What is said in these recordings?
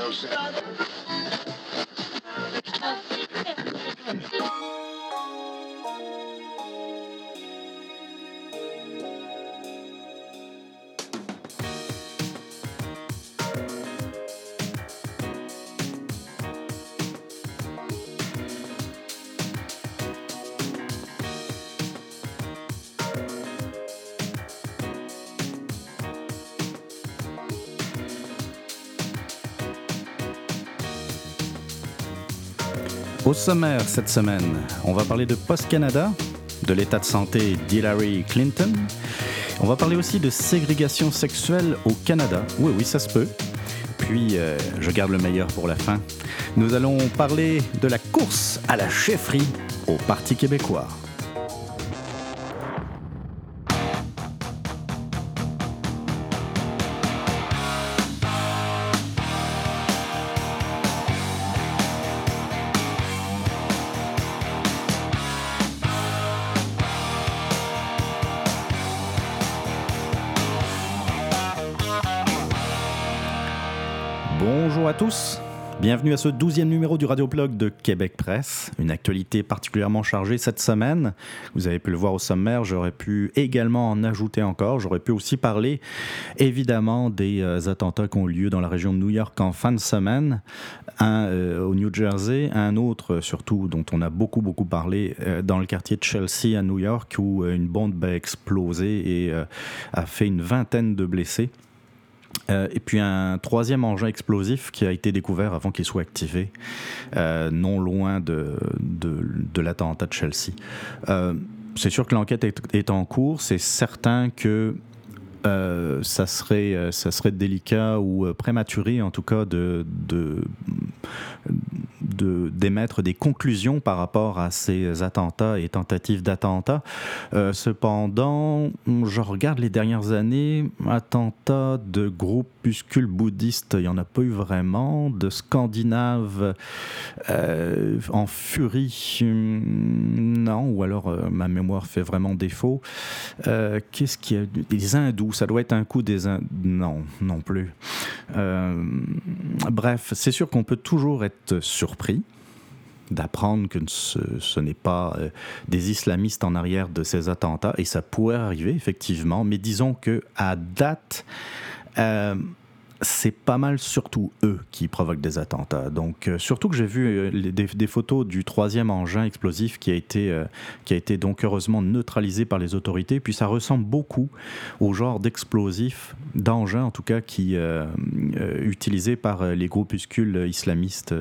Au sommaire cette semaine, on va parler de Post-Canada, de l'état de santé d'Hillary Clinton. On va parler aussi de ségrégation sexuelle au Canada. Oui, ça se peut. Puis, je garde le meilleur pour la fin. Nous allons parler de la course à la chefferie au Parti québécois. Bonjour à tous, bienvenue à ce 12e numéro du radioblog de Québec Presse, une actualité particulièrement chargée cette semaine. Vous avez pu le voir au sommaire, j'aurais pu également en ajouter encore. J'aurais pu aussi parler évidemment des attentats qui ont eu lieu dans la région de New York en fin de semaine, un au New Jersey, un autre surtout dont on a beaucoup parlé dans le quartier de Chelsea à New York où une bombe a explosé et a fait une vingtaine de blessés. Et puis un troisième engin explosif qui a été découvert avant qu'il soit activé, non loin de l'attentat de Chelsea. C'est sûr que l'enquête est en cours. C'est certain que ça serait délicat ou prématuré en tout cas d'émettre des conclusions par rapport à ces attentats et tentatives d'attentats. Cependant, je regarde les dernières années, attentats de groupuscules bouddhistes, il n'y en a pas eu vraiment. De Scandinaves en furie, non, ou alors ma mémoire fait vraiment défaut. Qu'est-ce qu'il y a? Les hindous, ça doit être un coup des hindous. Non plus. Bref, c'est sûr qu'on peut toujours être surpris d'apprendre que ce n'est pas des islamistes en arrière de ces attentats, et ça pourrait arriver effectivement, mais disons qu'à date, c'est pas mal surtout eux qui provoquent des attentats. Donc, surtout que j'ai vu des photos du troisième engin explosif qui a été donc heureusement neutralisé par les autorités. Puis ça ressemble beaucoup au genre d'explosif, d'engin en tout cas, qui utilisé par les groupuscules islamistes.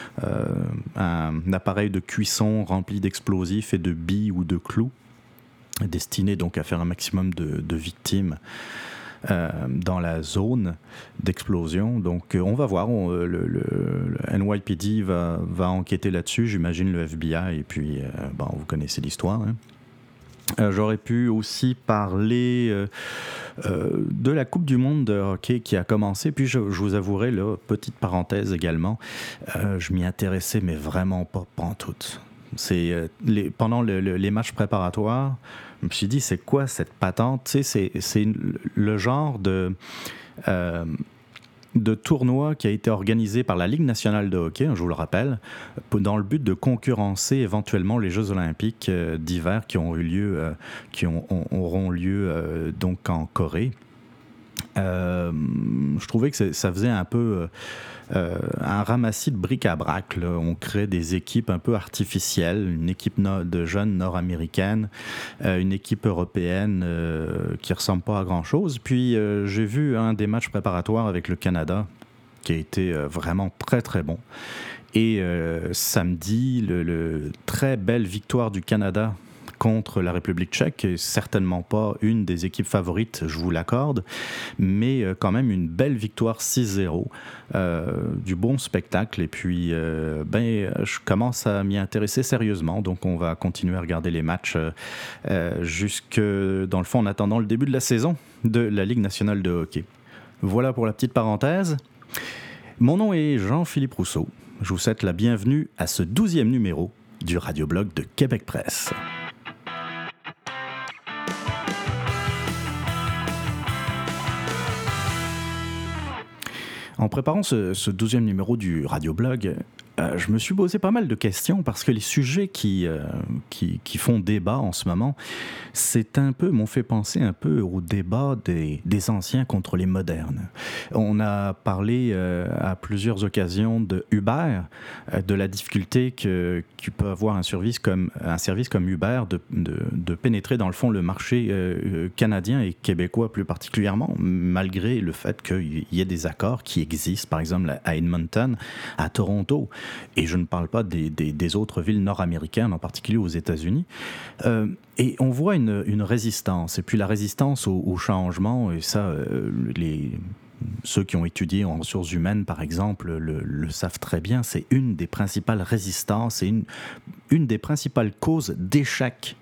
Un appareil de cuisson rempli d'explosifs et de billes ou de clous, destiné donc à faire un maximum de victimes dans la zone d'explosion. Donc on va voir, le NYPD va enquêter là-dessus, j'imagine le FBI, et puis vous connaissez l'histoire, hein. J'aurais pu aussi parler de la Coupe du monde de hockey qui a commencé, puis je vous avouerai, là, petite parenthèse également, je m'y intéressais mais vraiment pas pantoute. Pendant les matchs préparatoires, je me suis dit, c'est quoi cette patente? Tu sais, c'est le genre de tournoi qui a été organisé par la Ligue nationale de hockey, je vous le rappelle, dans le but de concurrencer éventuellement les Jeux olympiques d'hiver qui auront lieu donc en Corée. Je trouvais que ça faisait un peu un ramassis de bric-à-brac, là. On crée des équipes un peu artificielles, une équipe de jeunes nord-américaines, une équipe européenne qui ressemble pas à grand-chose. Puis j'ai vu un des matchs préparatoires avec le Canada qui a été vraiment très très bon. Et samedi, le très belle victoire du Canada contre la République tchèque, est certainement pas une des équipes favorites, je vous l'accorde, mais quand même une belle victoire 6-0, du bon spectacle, et puis je commence à m'y intéresser sérieusement, donc on va continuer à regarder les matchs jusque, dans le fond, en attendant le début de la saison de la Ligue nationale de hockey. Voilà pour la petite parenthèse. Mon nom est Jean-Philippe Rousseau. Je vous souhaite la bienvenue à ce 12e numéro du radioblog de Québec Presse. En préparant ce 12e numéro du Radioblog, je me suis posé pas mal de questions parce que les sujets qui font débat en ce moment, m'ont fait penser un peu au débat des anciens contre les modernes. On a parlé à plusieurs occasions de Uber, de la difficulté que peut avoir un service comme Uber de pénétrer dans le fond le marché canadien et québécois plus particulièrement, malgré le fait qu'il y ait des accords qui existent, par exemple à Edmonton, à Toronto. Et je ne parle pas des autres villes nord-américaines, en particulier aux États-Unis. Et on voit une résistance. Et puis la résistance au changement, et ça, ceux qui ont étudié en ressources humaines, par exemple, le savent très bien, c'est une des principales résistances et une des principales causes d'échec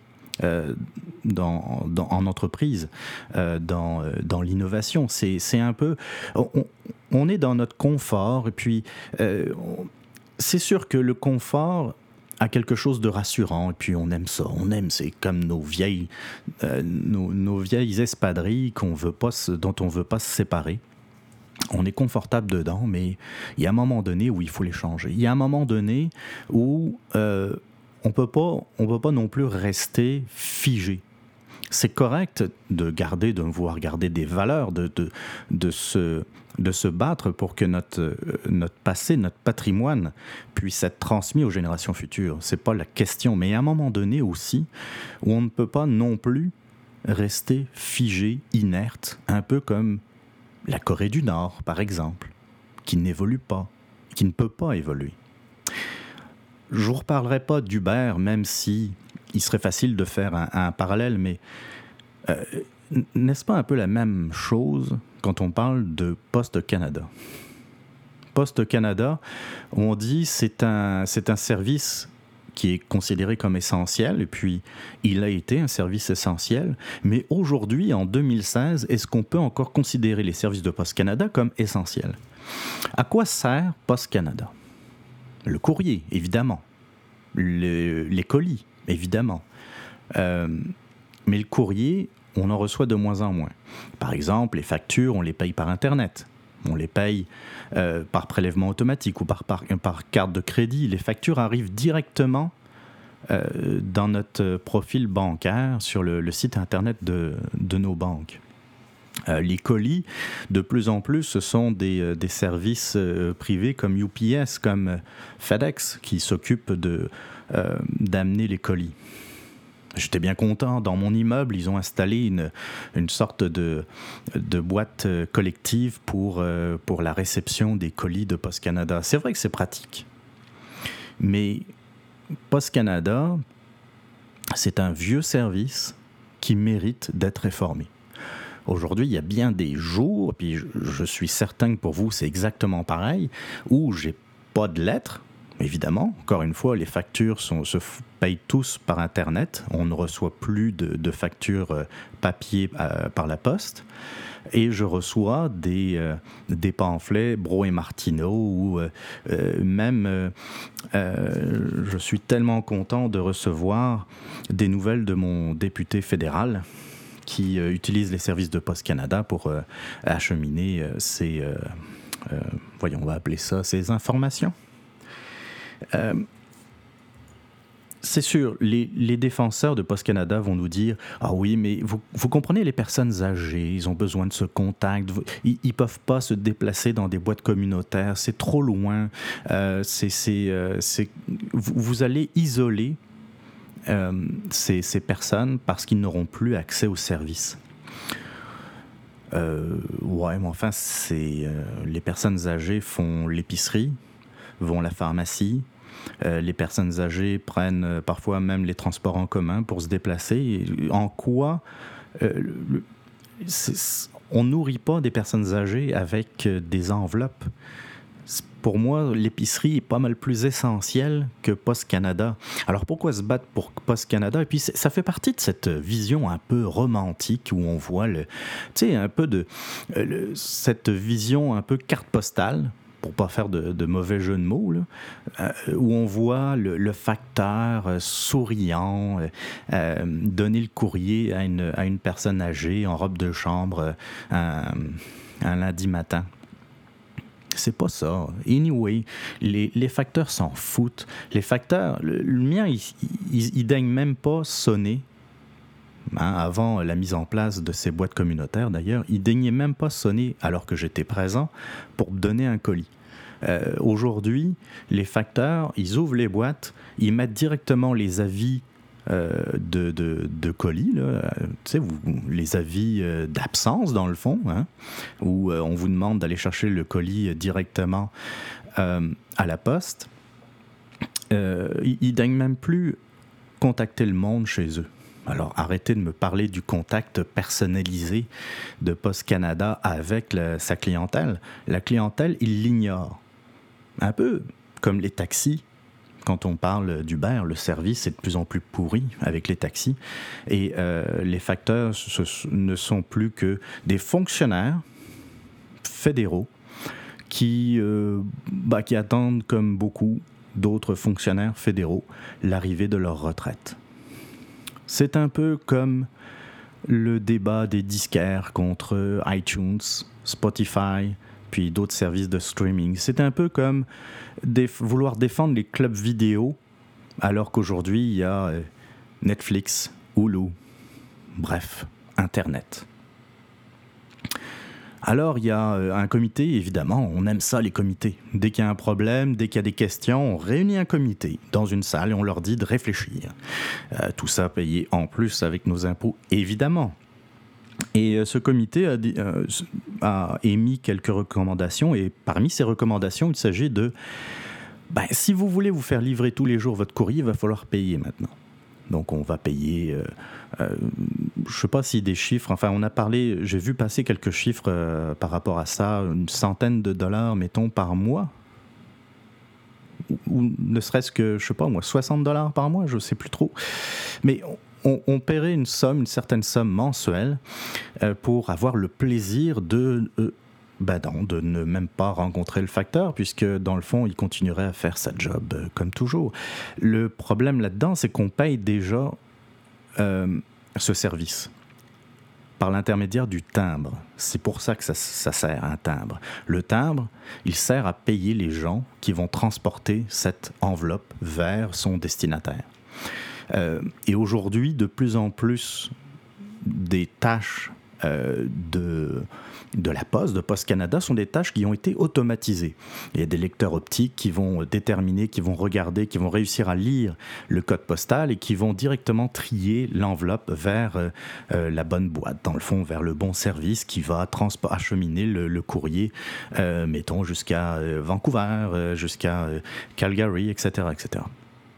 en entreprise, dans l'innovation. C'est un peu... On est dans notre confort, et puis c'est sûr que le confort a quelque chose de rassurant, et puis on aime ça. C'est comme nos vieilles espadrilles dont on veut pas se séparer. On est confortable dedans, mais il y a un moment donné où il faut les changer. Il y a un moment donné où on peut pas non plus rester figé. C'est correct de vouloir garder des valeurs, de se battre pour que notre passé, notre patrimoine puisse être transmis aux générations futures. C'est pas la question, mais à un moment donné aussi où on ne peut pas non plus rester figé, inerte, un peu comme la Corée du Nord, par exemple, qui n'évolue pas, qui ne peut pas évoluer. Je ne vous reparlerai pas d'Uber, même si il serait facile de faire un parallèle, mais n'est-ce pas un peu la même chose quand on parle de Poste Canada? Poste Canada, on dit c'est un service qui est considéré comme essentiel, et puis il a été un service essentiel, mais aujourd'hui, en 2016, est-ce qu'on peut encore considérer les services de Poste Canada comme essentiels? À quoi sert Poste Canada? Le courrier, évidemment. Les colis, évidemment. Mais le courrier, on en reçoit de moins en moins. Par exemple, les factures, on les paye par Internet. On les paye par prélèvement automatique ou par carte de crédit. Les factures arrivent directement dans notre profil bancaire sur le site Internet de nos banques. Les colis, de plus en plus, ce sont des services privés comme UPS, comme FedEx, qui s'occupent d'amener les colis. J'étais bien content. Dans mon immeuble, ils ont installé une sorte de boîte collective pour la réception des colis de Poste Canada. C'est vrai que c'est pratique. Mais Poste Canada, c'est un vieux service qui mérite d'être réformé. Aujourd'hui, il y a bien des jours, puis je suis certain que pour vous, c'est exactement pareil, où j'ai pas de lettres. Évidemment, encore une fois, les factures se payent tous par Internet. On ne reçoit plus de factures papier par la poste. Et je reçois des pamphlets Brault et Martineau ou même je suis tellement content de recevoir des nouvelles de mon député fédéral qui utilise les services de Poste Canada pour acheminer on va appeler ça ces informations. C'est sûr, les défenseurs de Poste Canada vont nous dire « Ah oui, mais vous comprenez, les personnes âgées, ils ont besoin de ce contact, ils ne peuvent pas se déplacer dans des boîtes communautaires, c'est trop loin, vous allez isoler ces personnes parce qu'ils n'auront plus accès aux services. » Ouais, mais enfin, les personnes âgées font l'épicerie, vont à la pharmacie. Les personnes âgées prennent parfois même les transports en commun pour se déplacer. En quoi on nourrit pas des personnes âgées avec des enveloppes? Pour moi, l'épicerie est pas mal plus essentielle que Poste Canada. Alors pourquoi se battre pour Poste Canada? Et puis ça fait partie de cette vision un peu romantique où on voit un peu cette vision un peu carte postale, pour pas faire de mauvais jeu de mots, là, où on voit le facteur souriant donner le courrier à une personne âgée en robe de chambre un lundi matin. C'est pas ça. Anyway, les facteurs s'en foutent. Les facteurs, le mien, il daigne même pas sonner. Avant la mise en place de ces boîtes communautaires, d'ailleurs, il daignait même pas sonner alors que j'étais présent pour me donner un colis. Aujourd'hui, les facteurs, ils ouvrent les boîtes, ils mettent directement les avis de colis, là, tu sais, les avis d'absence dans le fond, hein, où on vous demande d'aller chercher le colis directement à la poste. Ils ne daignent même plus contacter le monde chez eux. Alors arrêtez de me parler du contact personnalisé de Post Canada avec sa clientèle. La clientèle, ils l'ignorent. Un peu comme les taxis. Quand on parle d'Uber, le service est de plus en plus pourri avec les taxis. Et les facteurs ne sont plus que des fonctionnaires fédéraux qui attendent, comme beaucoup d'autres fonctionnaires fédéraux, l'arrivée de leur retraite. C'est un peu comme le débat des disquaires contre iTunes, Spotify, puis d'autres services de streaming. C'est un peu comme vouloir défendre les clubs vidéo alors qu'aujourd'hui, il y a Netflix, Hulu, bref, Internet. Alors, il y a un comité, évidemment, on aime ça, les comités. Dès qu'il y a un problème, dès qu'il y a des questions, on réunit un comité dans une salle et on leur dit de réfléchir. Tout ça payé en plus avec nos impôts, évidemment. Et ce comité a émis quelques recommandations, et parmi ces recommandations, il s'agit de... si vous voulez vous faire livrer tous les jours votre courrier, il va falloir payer maintenant. Donc on va payer, je ne sais pas si des chiffres, enfin on a parlé, j'ai vu passer quelques chiffres par rapport à ça, une centaine de dollars, mettons, par mois, ou ne serait-ce que, je ne sais pas moi, 60 dollars par mois, je ne sais plus trop. Mais on paierait une certaine somme mensuelle pour avoir le plaisir de ne même pas rencontrer le facteur, puisque dans le fond, il continuerait à faire sa job comme toujours. Le problème là-dedans, c'est qu'on paye déjà ce service par l'intermédiaire du timbre. C'est pour ça que ça sert, un timbre. Le timbre, il sert à payer les gens qui vont transporter cette enveloppe vers son destinataire. Et aujourd'hui, de plus en plus, des tâches de la Poste, de Post Canada, sont des tâches qui ont été automatisées. Il y a des lecteurs optiques qui vont déterminer, qui vont regarder, qui vont réussir à lire le code postal et qui vont directement trier l'enveloppe vers la bonne boîte, dans le fond, vers le bon service qui va acheminer le courrier, mettons, jusqu'à Vancouver, jusqu'à Calgary, etc., etc.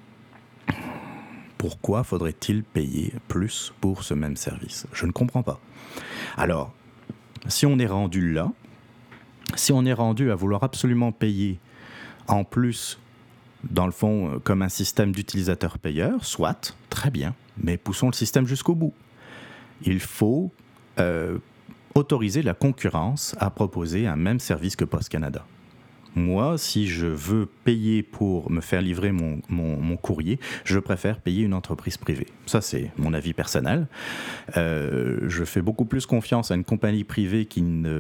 Pourquoi faudrait-il payer plus pour ce même service ? Je ne comprends pas. Alors, si on est rendu là, si on est rendu à vouloir absolument payer en plus, dans le fond, comme un système d'utilisateur-payeur, soit, très bien, mais poussons le système jusqu'au bout. Il faut autoriser la concurrence à proposer un même service que Post Canada. Moi, si je veux payer pour me faire livrer mon courrier, je préfère payer une entreprise privée. Ça, c'est mon avis personnel. Je fais beaucoup plus confiance à une compagnie privée qui ne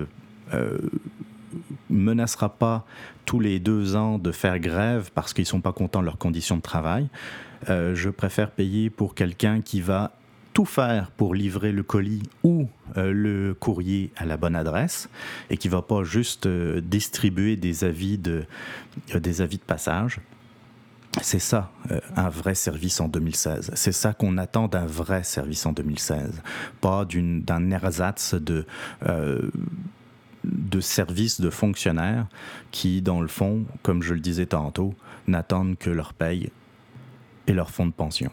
menacera pas tous les 2 ans de faire grève parce qu'ils ne sont pas contents de leurs conditions de travail. Je préfère payer pour quelqu'un qui va tout faire pour livrer le colis ou le courrier à la bonne adresse et qui ne va pas juste distribuer des avis de passage. C'est ça, un vrai service en 2016. C'est ça qu'on attend d'un vrai service en 2016. Pas d'un ersatz de services de fonctionnaires qui, dans le fond, comme je le disais tantôt, n'attendent que leur paye et leur fonds de pension.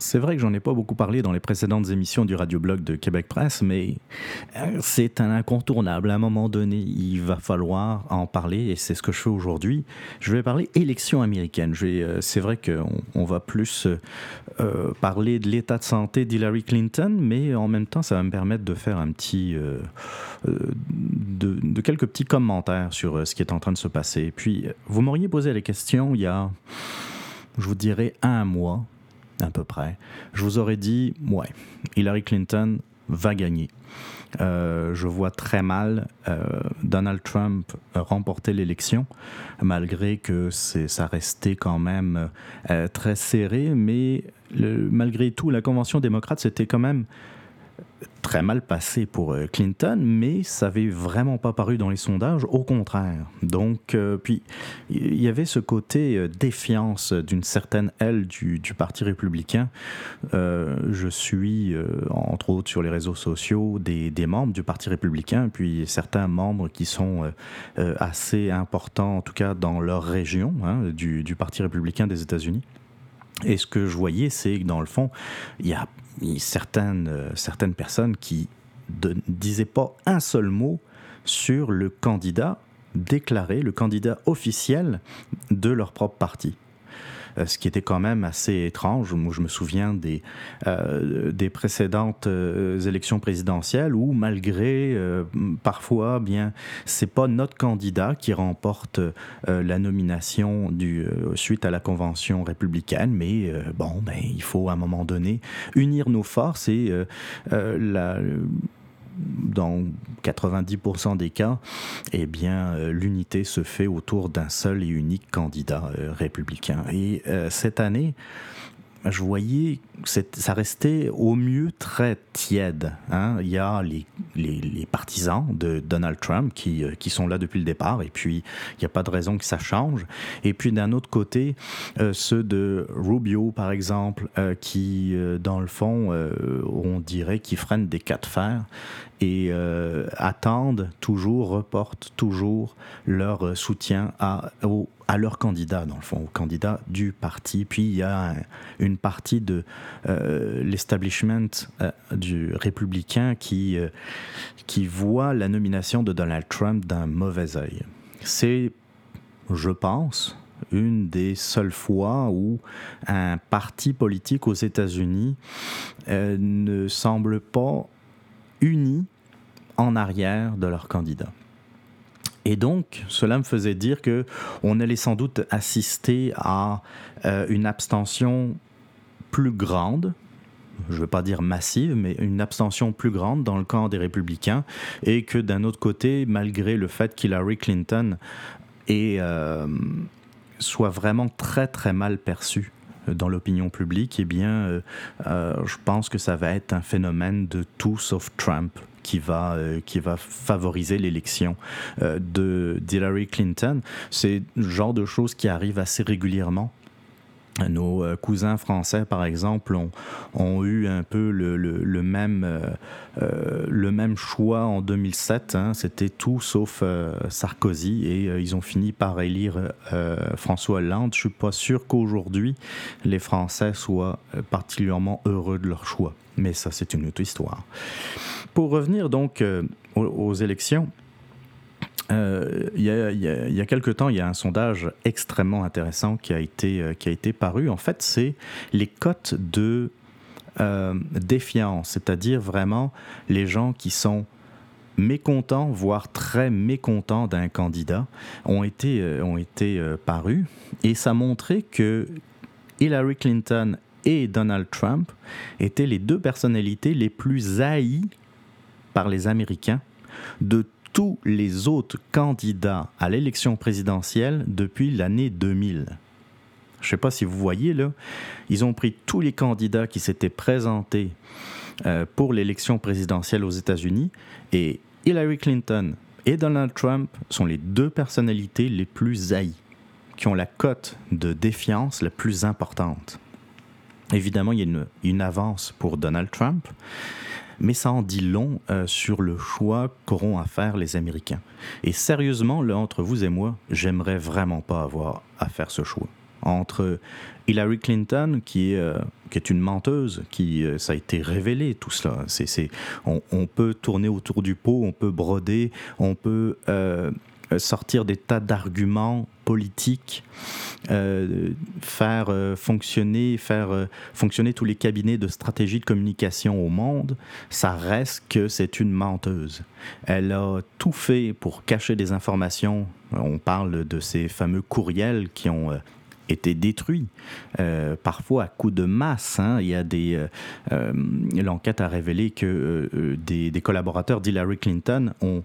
c'est vrai que j'en ai pas beaucoup parlé dans les précédentes émissions du Radio-Blog de Québec Presse, mais c'est un incontournable. À un moment donné, il va falloir en parler, et c'est ce que je fais aujourd'hui. Je vais parler élections américaines. C'est vrai qu'on va plus parler de l'état de santé d'Hillary Clinton, mais en même temps, ça va me permettre de faire un petit... de quelques petits commentaires sur ce qui est en train de se passer. Puis, vous m'auriez posé la question il y a, je vous dirais, un mois, à peu près. Je vous aurais dit, ouais, Hillary Clinton va gagner. Je vois très mal Donald Trump remporter l'élection, malgré que ça restait quand même très serré, mais malgré tout, la Convention démocrate, c'était quand même très mal passé pour Clinton, mais ça n'avait vraiment pas paru dans les sondages, au contraire. Donc, puis, il y avait ce côté défiance d'une certaine aile du Parti républicain. Je suis, entre autres, sur les réseaux sociaux, des membres du Parti républicain, puis certains membres qui sont assez importants, en tout cas dans leur région, du Parti républicain des États-Unis. Et ce que je voyais, c'est que dans le fond, il y a certaines personnes qui ne disaient pas un seul mot sur le candidat déclaré, le candidat officiel de leur propre parti. Ce qui était quand même assez étrange. Moi, je me souviens des précédentes élections présidentielles où, malgré parfois, bien, c'est pas notre candidat qui remporte la nomination suite à la convention républicaine, mais il faut à un moment donné unir nos forces et dans 90% des cas, eh bien, l'unité se fait autour d'un seul et unique candidat républicain. Et cette année, je voyais, ça restait au mieux très tiède. Il y a les partisans de Donald Trump qui sont là depuis le départ, et puis il n'y a pas de raison que ça change. Et puis d'un autre côté, ceux de Rubio, par exemple, qui, dans le fond, on dirait qu'ils freinent des cas de fer et reportent toujours leur soutien à leur candidat, dans le fond, au candidat du parti. Puis il y a une partie de l'establishment du républicain qui voit la nomination de Donald Trump d'un mauvais œil. C'est, je pense, une des seules fois où un parti politique aux États-Unis ne semble pas unis en arrière de leur candidat. Et donc, cela me faisait dire qu'on allait sans doute assister à une abstention plus grande, je ne veux pas dire massive, mais une abstention plus grande dans le camp des républicains, et que d'un autre côté, malgré le fait qu'Hillary Clinton soit vraiment très très mal perçue dans l'opinion publique, eh bien, je pense que ça va être un phénomène de tout sauf Trump qui va favoriser l'élection d'Hillary Clinton. C'est le genre de choses qui arrive assez régulièrement. Nos cousins français, par exemple, ont eu un peu le même choix en 2007. C'était tout sauf Sarkozy, et ils ont fini par élire François Hollande. Je ne suis pas sûr qu'aujourd'hui, les Français soient particulièrement heureux de leur choix. Mais ça, c'est une autre histoire. Pour revenir donc aux élections, il y a quelque temps, il y a un sondage extrêmement intéressant qui a été paru. En fait, c'est les cotes de défiance, c'est-à-dire vraiment les gens qui sont mécontents, voire très mécontents d'un candidat, ont été parus. Et ça montrait que Hillary Clinton et Donald Trump étaient les deux personnalités les plus haïes par les Américains de tous les autres candidats à l'élection présidentielle depuis l'année 2000. Je ne sais pas si vous voyez, là, ils ont pris tous les candidats qui s'étaient présentés pour l'élection présidentielle aux États-Unis, et Hillary Clinton et Donald Trump sont les deux personnalités les plus haïes, qui ont la cote de défiance la plus importante. Évidemment, il y a une avance pour Donald Trump, mais ça en dit long sur le choix qu'auront à faire les Américains. Et sérieusement, là, entre vous et moi, j'aimerais vraiment pas avoir à faire ce choix. entre Hillary Clinton, qui est une menteuse, ça a été révélé tout cela. On peut tourner autour du pot, on peut broder, on peut sortir des tas d'arguments politiques, faire fonctionner tous les cabinets de stratégie de communication au monde. Ça reste que c'est une menteuse. Elle a tout fait pour cacher des informations. On parle de ces fameux courriels qui ont été détruits, parfois à coups de masse. Il y a l'enquête a révélé que des collaborateurs d'Hillary Clinton ont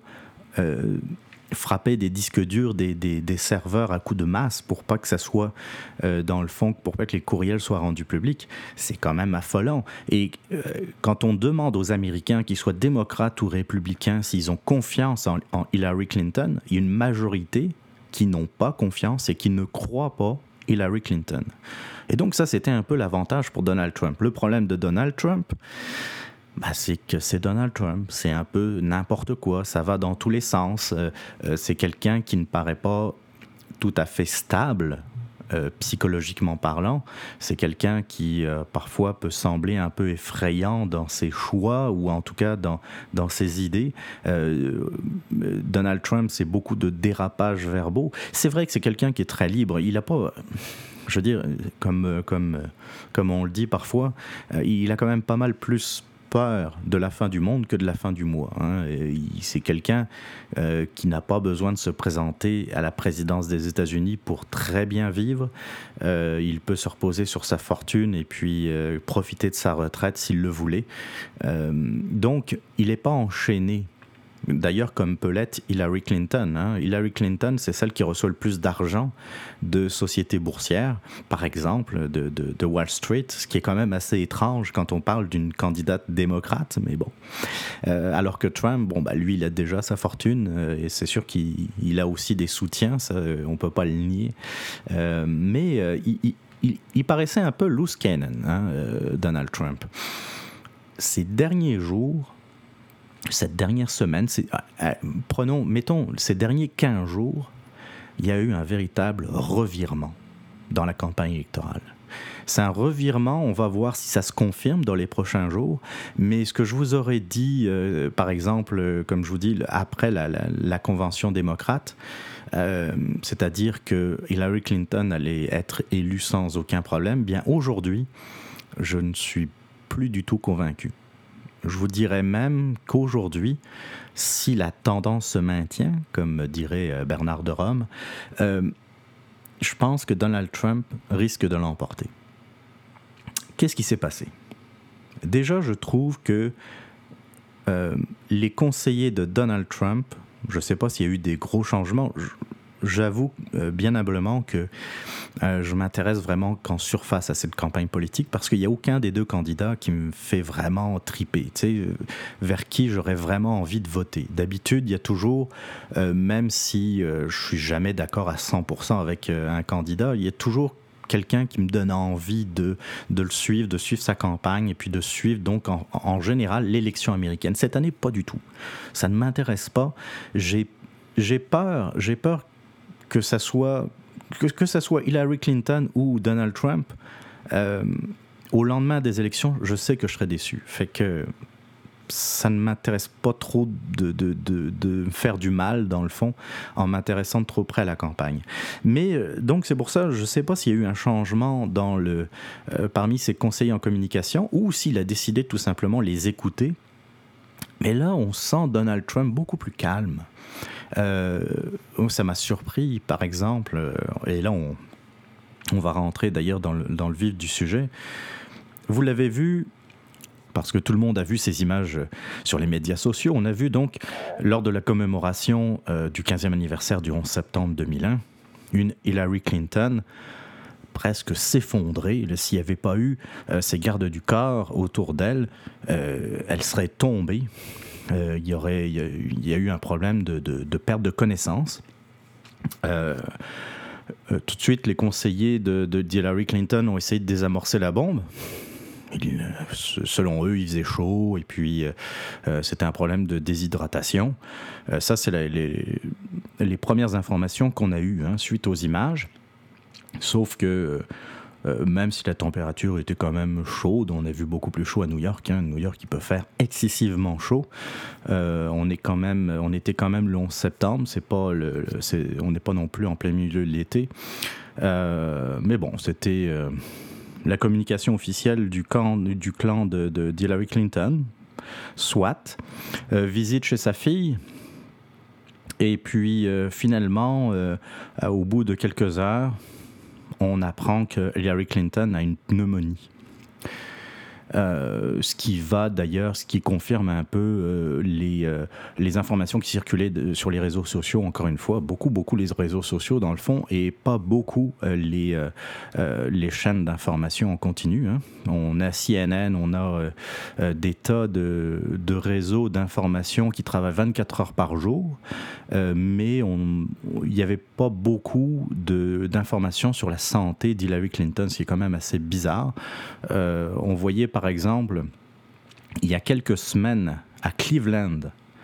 frappé des disques durs des serveurs à coups de masse pour pas que ça soit dans le fond, pour pas que les courriels soient rendus publics. C'est quand même affolant. Et quand on demande aux Américains, qu'ils soient démocrates ou républicains, s'ils ont confiance en Hillary Clinton, il y a une majorité qui n'ont pas confiance et qui ne croient pas Hillary Clinton. Et donc ça, c'était un peu l'avantage pour Donald Trump. Le problème de Donald Trump, c'est que c'est Donald Trump, c'est un peu n'importe quoi, ça va dans tous les sens. C'est quelqu'un qui ne paraît pas tout à fait stable, psychologiquement parlant. C'est quelqu'un qui parfois peut sembler un peu effrayant dans ses choix ou en tout cas dans ses idées. Donald Trump, c'est beaucoup de dérapages verbaux. C'est vrai que c'est quelqu'un qui est très libre. Il n'a pas... Je veux dire, comme on le dit parfois, il a quand même pas mal plus peur de la fin du monde que de la fin du mois. C'est quelqu'un qui n'a pas besoin de se présenter à la présidence des États-Unis pour très bien vivre. Il peut se reposer sur sa fortune et puis profiter de sa retraite s'il le voulait. Donc, il n'est pas enchaîné. D'ailleurs, comme peut l'être Hillary Clinton. Hillary Clinton, c'est celle qui reçoit le plus d'argent de sociétés boursières, par exemple, de Wall Street, ce qui est quand même assez étrange quand on parle d'une candidate démocrate, mais bon. Alors que Trump, lui, il a déjà sa fortune, et c'est sûr qu'il a aussi des soutiens, ça, on ne peut pas le nier. Mais il paraissait un peu loose cannon, Donald Trump. Ces derniers jours, cette dernière semaine, mettons ces derniers 15 jours, il y a eu un véritable revirement dans la campagne électorale. C'est un revirement, on va voir si ça se confirme dans les prochains jours, mais ce que je vous aurais dit, par exemple, comme je vous dis, après la convention démocrate, c'est-à-dire que Hillary Clinton allait être élue sans aucun problème, bien aujourd'hui, je ne suis plus du tout convaincu. Je vous dirais même qu'aujourd'hui, si la tendance se maintient, comme dirait Bernard de Rome, je pense que Donald Trump risque de l'emporter. Qu'est-ce qui s'est passé? Déjà, je trouve que les conseillers de Donald Trump, je ne sais pas s'il y a eu des gros changements. J'avoue bien humblement que je m'intéresse vraiment qu'en surface à cette campagne politique parce qu'il n'y a aucun des deux candidats qui me fait vraiment triper, vers qui j'aurais vraiment envie de voter. D'habitude, il y a toujours, même si je ne suis jamais d'accord à 100% avec un candidat, il y a toujours quelqu'un qui me donne envie de le suivre, de suivre sa campagne et puis de suivre donc en général l'élection américaine. Cette année, pas du tout. Ça ne m'intéresse pas. J'ai peur que ça soit Hillary Clinton ou Donald Trump, au lendemain des élections, je sais que je serai déçu. Fait que ça ne m'intéresse pas trop de faire du mal, dans le fond, en m'intéressant de trop près à la campagne. Mais donc, c'est pour ça, je ne sais pas s'il y a eu un changement parmi ses conseillers en communication ou s'il a décidé de tout simplement les écouter. Mais là, on sent Donald Trump beaucoup plus calme. Ça m'a surpris, par exemple, et là, on va rentrer d'ailleurs dans le vif du sujet. Vous l'avez vu, parce que tout le monde a vu ces images sur les médias sociaux, on a vu donc, lors de la commémoration du 15e anniversaire du 11 septembre 2001, une Hillary Clinton presque s'effondrer. S'il n'y avait pas eu ces gardes du corps autour d'elle, elle serait tombée. Il y a eu un problème de perte de connaissance. Tout de suite, les conseillers de Hillary Clinton ont essayé de désamorcer la bombe. Selon eux, il faisait chaud et puis c'était un problème de déshydratation. Ça, c'est les premières informations qu'on a eues suite aux images. Sauf que même si la température était quand même chaude, on a vu beaucoup plus chaud à New York. New York, il peut faire excessivement chaud. On était quand même le 11 septembre. On n'est pas non plus en plein milieu de l'été. Mais bon, c'était la communication officielle du clan d'Hillary Clinton. Soit visite chez sa fille. Et puis finalement, au bout de quelques heures, on apprend que Hillary Clinton a une pneumonie. Ce qui confirme un peu les informations qui circulaient sur les réseaux sociaux, encore une fois, beaucoup les réseaux sociaux dans le fond, et pas beaucoup les chaînes d'information en continu. On a CNN, on a des tas de réseaux d'information qui travaillent 24 heures par jour, mais il n'y avait pas beaucoup d'informations sur la santé d'Hillary Clinton, ce qui est quand même assez bizarre. On voyait par exemple, il y a quelques semaines à Cleveland,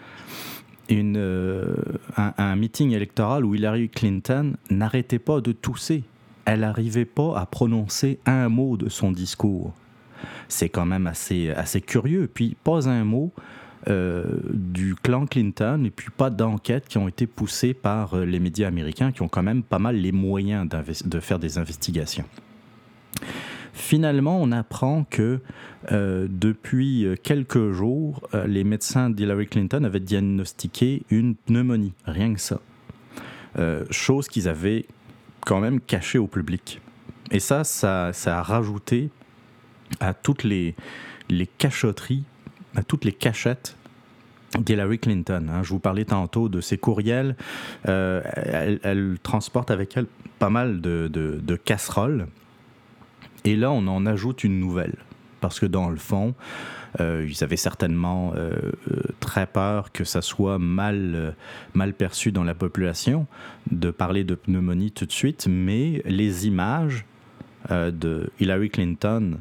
un meeting électoral où Hillary Clinton n'arrêtait pas de tousser. Elle n'arrivait pas à prononcer un mot de son discours. C'est quand même assez curieux. Puis pas un mot du clan Clinton et puis pas d'enquêtes qui ont été poussées par les médias américains qui ont quand même pas mal les moyens de faire des investigations. Finalement, on apprend que depuis quelques jours, les médecins d'Hillary Clinton avaient diagnostiqué une pneumonie, rien que ça. Chose qu'ils avaient quand même cachée au public. Et ça a rajouté à toutes les cachotteries, à toutes les cachettes d'Hillary Clinton. Je vous parlais tantôt de ses courriels. Elle transporte avec elle pas mal de casseroles. Et là, on en ajoute une nouvelle, parce que dans le fond, ils avaient certainement très peur que ça soit mal perçu dans la population de parler de pneumonie tout de suite, mais les images de Hillary Clinton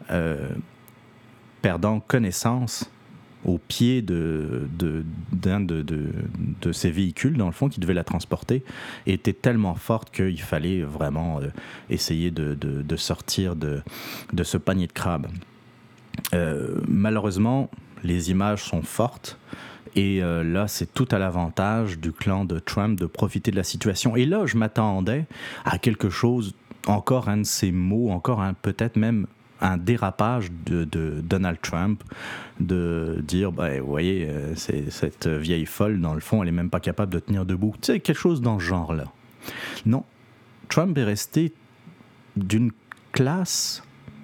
perdant connaissance au pied d'un de ces véhicules, dans le fond, qui devait la transporter, était tellement forte qu'il fallait vraiment essayer de sortir de ce panier de crabes. Malheureusement, les images sont fortes, et là, c'est tout à l'avantage du clan de Trump de profiter de la situation. Et là, je m'attendais à quelque chose, encore un de ces mots, peut-être même un dérapage de Donald Trump, de dire, vous voyez, c'est cette vieille folle, dans le fond, elle n'est même pas capable de tenir debout. Tu sais, quelque chose dans ce genre-là. Non, Trump est resté d'une classe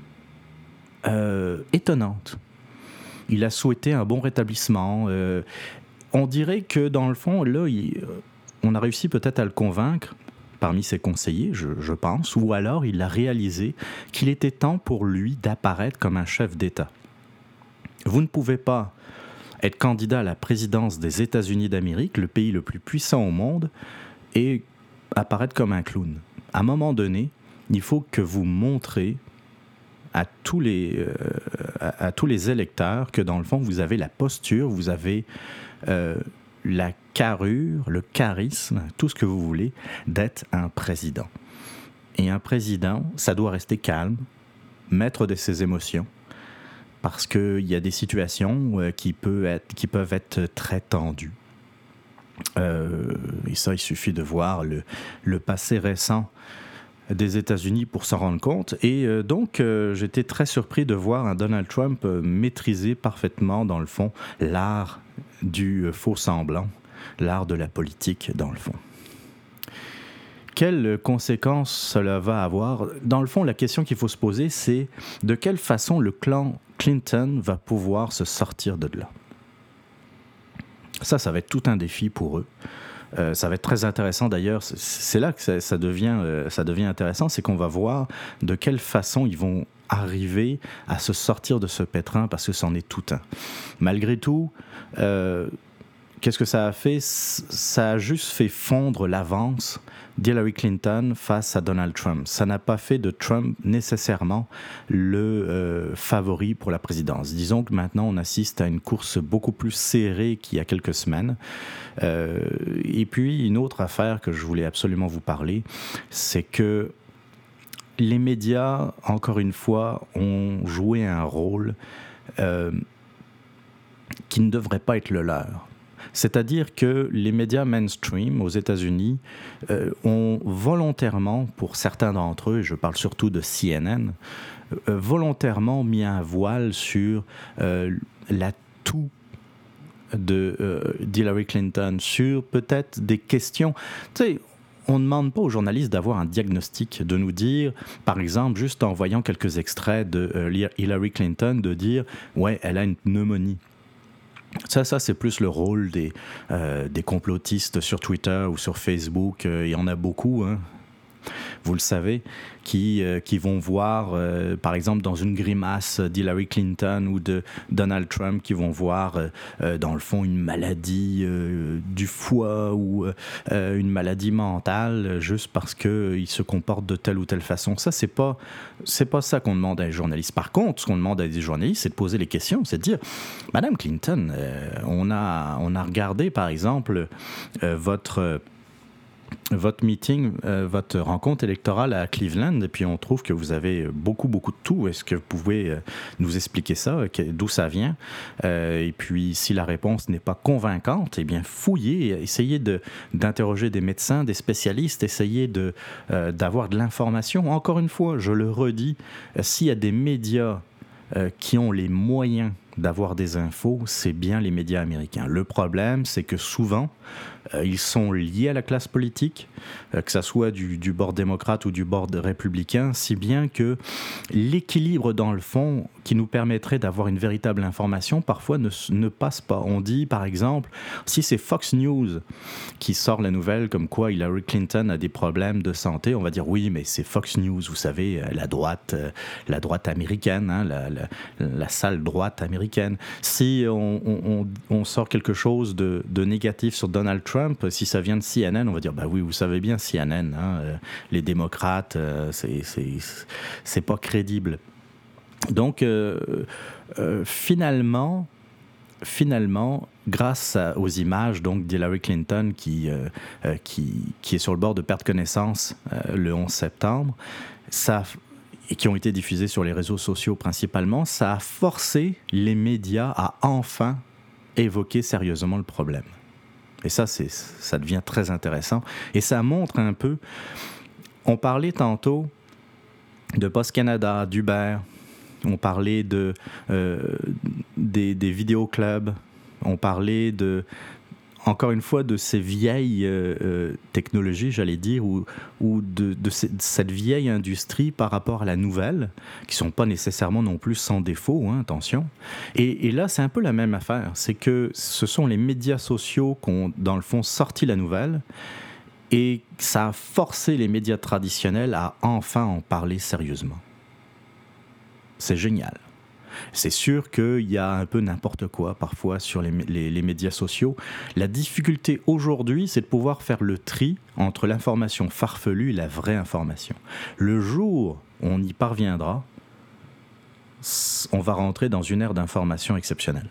étonnante. Il a souhaité un bon rétablissement. On dirait que, dans le fond, là, on a réussi peut-être à le convaincre, parmi ses conseillers, je pense, ou alors il a réalisé qu'il était temps pour lui d'apparaître comme un chef d'État. Vous ne pouvez pas être candidat à la présidence des États-Unis d'Amérique, le pays le plus puissant au monde, et apparaître comme un clown. À un moment donné, il faut que vous montrez à tous les électeurs que, dans le fond, vous avez la posture, vous avez la carrure, le charisme, tout ce que vous voulez, d'être un président. Et un président, ça doit rester calme, maître de ses émotions, parce qu'il y a des situations qui peuvent être très tendues. Et ça, il suffit de voir le passé récent des États-Unis pour s'en rendre compte. Et donc, j'étais très surpris de voir un Donald Trump maîtriser parfaitement, dans le fond, l'art du faux semblant, l'art de la politique, dans le fond. Quelles conséquences cela va avoir? Dans le fond, la question qu'il faut se poser, c'est de quelle façon le clan Clinton va pouvoir se sortir de là. Ça va être tout un défi pour eux. Ça va être très intéressant d'ailleurs. C'est là que ça devient intéressant, c'est qu'on va voir de quelle façon ils vont arriver à se sortir de ce pétrin, parce que c'en est tout un. Malgré tout, qu'est-ce que ça a fait? Ça a juste fait fondre l'avance d'Hillary Clinton face à Donald Trump. Ça n'a pas fait de Trump nécessairement le favori pour la présidence. Disons que maintenant, on assiste à une course beaucoup plus serrée qu'il y a quelques semaines. Et puis, une autre affaire que je voulais absolument vous parler, c'est que les médias, encore une fois, ont joué un rôle qui ne devrait pas être le leur. C'est-à-dire que les médias mainstream aux États-Unis ont volontairement, pour certains d'entre eux, je parle surtout de CNN, volontairement mis un voile sur l'atout d'Hillary Clinton, sur peut-être des questions. Tu sais, on ne demande pas aux journalistes d'avoir un diagnostic, de nous dire, par exemple, juste en voyant quelques extraits de Hillary Clinton, de dire « ouais, elle a une pneumonie ». Ça, c'est plus le rôle des complotistes sur Twitter ou sur Facebook. Il y en a beaucoup, hein, vous le savez, qui vont voir, par exemple, dans une grimace d'Hillary Clinton ou de Donald Trump, qui vont voir, dans le fond, une maladie du foie ou une maladie mentale, juste parce qu'ils se comportent de telle ou telle façon. Ça, c'est pas ça qu'on demande à des journalistes. Par contre, ce qu'on demande à des journalistes, c'est de poser les questions, c'est de dire, Madame Clinton, on a regardé, par exemple, votre meeting, votre rencontre électorale à Cleveland, et puis on trouve que vous avez beaucoup de tout. Est-ce que vous pouvez nous expliquer ça, d'où ça vient? Et puis, si la réponse n'est pas convaincante, eh bien, fouillez, essayez d'interroger des médecins, des spécialistes, essayez d'avoir de l'information. Encore une fois, je le redis, s'il y a des médias qui ont les moyens d'avoir des infos, c'est bien les médias américains. Le problème, c'est que souvent, ils sont liés à la classe politique, que ça soit du bord démocrate ou du bord républicain, si bien que l'équilibre, dans le fond, qui nous permettrait d'avoir une véritable information, parfois ne passe pas. On dit, par exemple, si c'est Fox News qui sort la nouvelle comme quoi Hillary Clinton a des problèmes de santé, on va dire oui, mais c'est Fox News, vous savez, la droite américaine, hein, la sale droite américaine. Si on sort quelque chose de négatif sur Donald Trump, si ça vient de CNN, on va dire bah oui, vous savez bien CNN, hein, les démocrates, c'est pas crédible. Donc finalement, grâce aux images donc d'Hillary Clinton qui est sur le bord de perdre connaissance le 11 septembre, et qui ont été diffusées sur les réseaux sociaux principalement, ça a forcé les médias à enfin évoquer sérieusement le problème. Et ça devient très intéressant. Et ça montre un peu... On parlait tantôt de Post Canada, d'Uber, on parlait des vidéoclubs, on parlait encore une fois de ces vieilles technologies, j'allais dire, ou de cette vieille industrie par rapport à la nouvelle, qui ne sont pas nécessairement non plus sans défaut, hein, attention. Et là, c'est un peu la même affaire. C'est que ce sont les médias sociaux qui ont, dans le fond, sorti la nouvelle, et ça a forcé les médias traditionnels à enfin en parler sérieusement. C'est génial. C'est sûr qu'il y a un peu n'importe quoi parfois sur les médias sociaux. La difficulté aujourd'hui, c'est de pouvoir faire le tri entre l'information farfelue et la vraie information. Le jour où on y parviendra, on va rentrer dans une ère d'information exceptionnelle.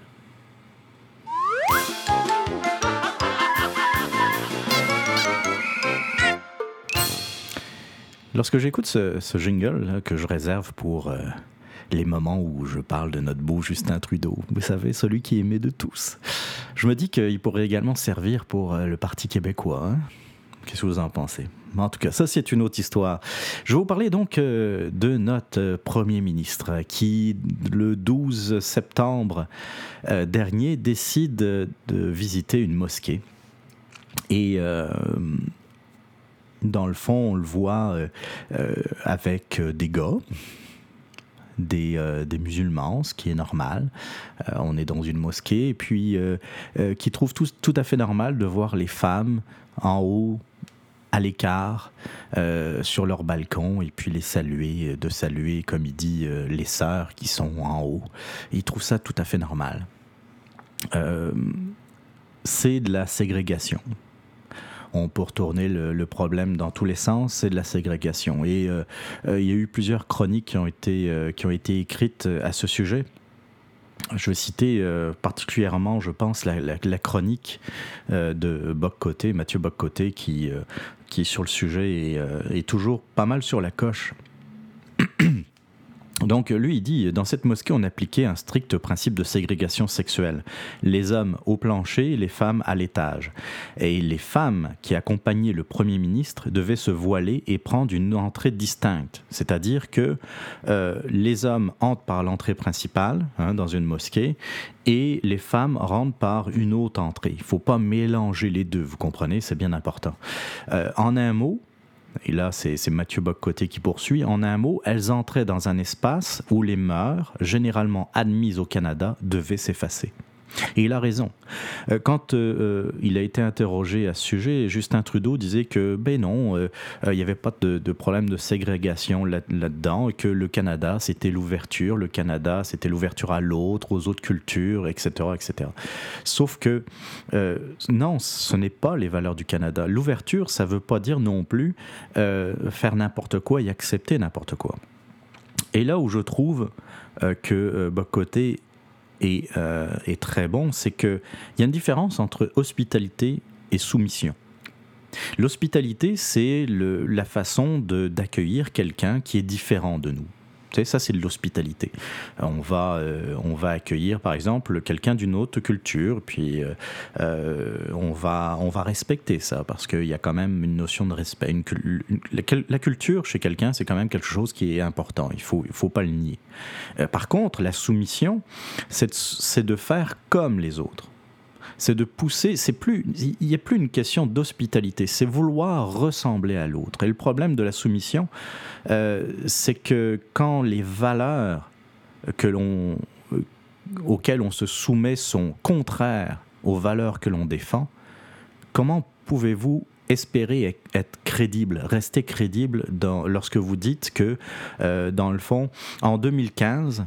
Lorsque j'écoute ce jingle là, que je réserve pour les moments où je parle de notre beau Justin Trudeau, vous savez, celui qui est aimé de tous, je me dis qu'il pourrait également servir pour le Parti québécois. Hein? Qu'est-ce que vous en pensez? En tout cas, ça, c'est une autre histoire. Je vais vous parler donc de notre Premier ministre qui, le 12 septembre dernier, décide de visiter une mosquée. Et... dans le fond, on le voit avec des gars, des musulmans, ce qui est normal. On est dans une mosquée, et puis qui trouve tout à fait normal de voir les femmes en haut, à l'écart, sur leur balcon, et puis de saluer, comme il dit, les sœurs qui sont en haut. Et il trouve ça tout à fait normal. C'est de la ségrégation. On peut retourner le problème dans tous les sens, c'est de la ségrégation. Et il y a eu plusieurs chroniques qui ont été écrites à ce sujet. Je vais citer particulièrement, je pense, la chronique de Bock-Côté, Mathieu Bock-Côté, qui est sur le sujet et est toujours pas mal sur la coche Donc lui, il dit, dans cette mosquée, on appliquait un strict principe de ségrégation sexuelle. Les hommes au plancher, les femmes à l'étage. Et les femmes qui accompagnaient le Premier ministre devaient se voiler et prendre une entrée distincte. C'est-à-dire que les hommes entrent par l'entrée principale, dans une mosquée, et les femmes rentrent par une autre entrée. Il ne faut pas mélanger les deux, vous comprenez, c'est bien important. En un mot, et là c'est Mathieu Bock-Côté qui poursuit, en un mot, elles entraient dans un espace où les mœurs, généralement admises au Canada, devaient s'effacer. Et il a raison. Quand il a été interrogé à ce sujet, Justin Trudeau disait que ben non, il n'y avait pas de problème de ségrégation là-dedans, et que le Canada, c'était l'ouverture, le Canada, c'était l'ouverture à l'autre, aux autres cultures, etc., etc. Sauf que, non, ce n'est pas les valeurs du Canada. L'ouverture, ça ne veut pas dire non plus faire n'importe quoi et accepter n'importe quoi. Et là où je trouve que Bock-Côté est très bon, c'est qu'il y a une différence entre hospitalité et soumission. L'hospitalité, c'est la façon d'accueillir quelqu'un qui est différent de nous. Tu sais, ça, c'est de l'hospitalité. On va accueillir, par exemple, quelqu'un d'une autre culture, puis on va respecter ça, parce qu'il y a quand même une notion de respect. La culture, chez quelqu'un, c'est quand même quelque chose qui est important. Il faut pas le nier. Par contre, la soumission, c'est de faire comme les autres. C'est de pousser, il n'y a plus une question d'hospitalité, c'est vouloir ressembler à l'autre. Et le problème de la soumission, c'est que quand les valeurs auxquelles on se soumet sont contraires aux valeurs que l'on défend, comment pouvez-vous espérer être crédible, rester crédible lorsque vous dites que, dans le fond, en 2015...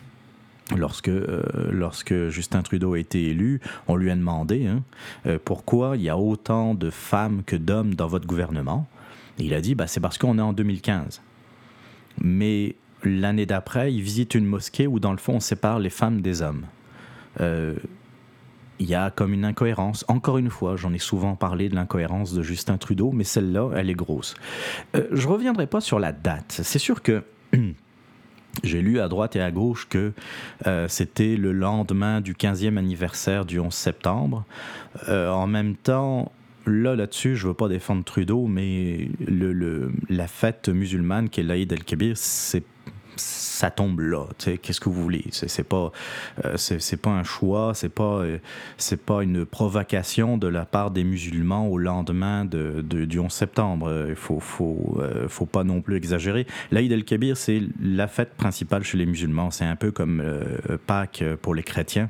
Lorsque Justin Trudeau a été élu, on lui a demandé pourquoi il y a autant de femmes que d'hommes dans votre gouvernement. Et il a dit c'est parce qu'on est en 2015. Mais l'année d'après, il visite une mosquée où dans le fond on sépare les femmes des hommes. Il y a comme une incohérence. Encore une fois, j'en ai souvent parlé de l'incohérence de Justin Trudeau, mais celle-là, elle est grosse. Je ne reviendrai pas sur la date. C'est sûr que... J'ai lu à droite et à gauche que c'était le lendemain du 15e anniversaire du 11 septembre. En même temps, là-dessus, je ne veux pas défendre Trudeau, mais la fête musulmane qui est l'Aïd el-Kébir, ça tombe là. Qu'est-ce que vous voulez? C'est pas un choix, c'est pas une provocation de la part des musulmans au lendemain du 11 septembre. Il faut pas non plus exagérer. L'Aïd el-Kébir, c'est la fête principale chez les musulmans. C'est un peu comme Pâques pour les chrétiens.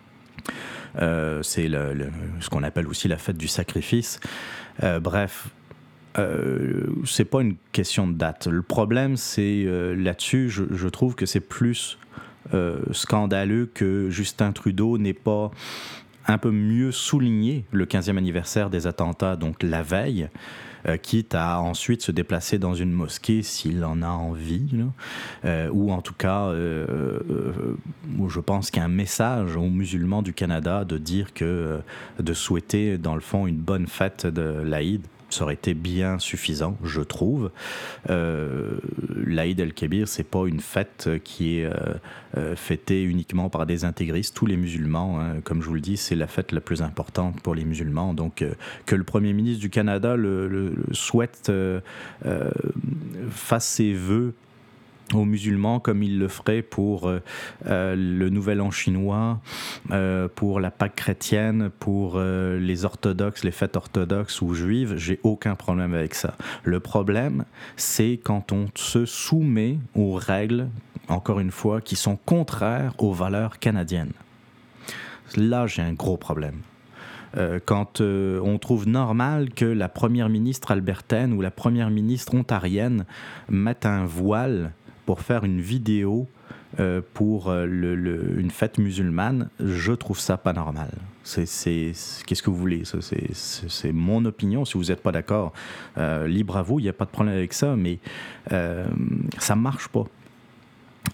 C'est ce qu'on appelle aussi la fête du sacrifice. Bref. C'est pas une question de date. Le problème, c'est là-dessus, je trouve que c'est plus scandaleux que Justin Trudeau n'ait pas un peu mieux souligné le 15e anniversaire des attentats, donc la veille, quitte à ensuite se déplacer dans une mosquée s'il en a envie, ou en tout cas, je pense qu'il y a un message aux musulmans du Canada de dire que de souhaiter, dans le fond, une bonne fête de l'Aïd, ça aurait été bien suffisant, je trouve. L'Aïd el-Kébir, c'est pas une fête qui est fêtée uniquement par des intégristes. Tous les musulmans, comme je vous le dis, c'est la fête la plus importante pour les musulmans. Donc, que le Premier ministre du Canada le souhaite, fasse ses vœux aux musulmans comme il le ferait pour le Nouvel An chinois, pour la Pâque chrétienne, pour les orthodoxes, les fêtes orthodoxes ou juives, j'ai aucun problème avec ça. Le problème, c'est quand on se soumet aux règles, encore une fois, qui sont contraires aux valeurs canadiennes. Là, j'ai un gros problème. Quand on trouve normal que la première ministre albertaine ou la première ministre ontarienne mette un voile pour faire une vidéo pour une fête musulmane, je trouve ça pas normal. Qu'est-ce que vous voulez? C'est mon opinion. Si vous n'êtes pas d'accord, libre à vous, il n'y a pas de problème avec ça, mais ça marche pas.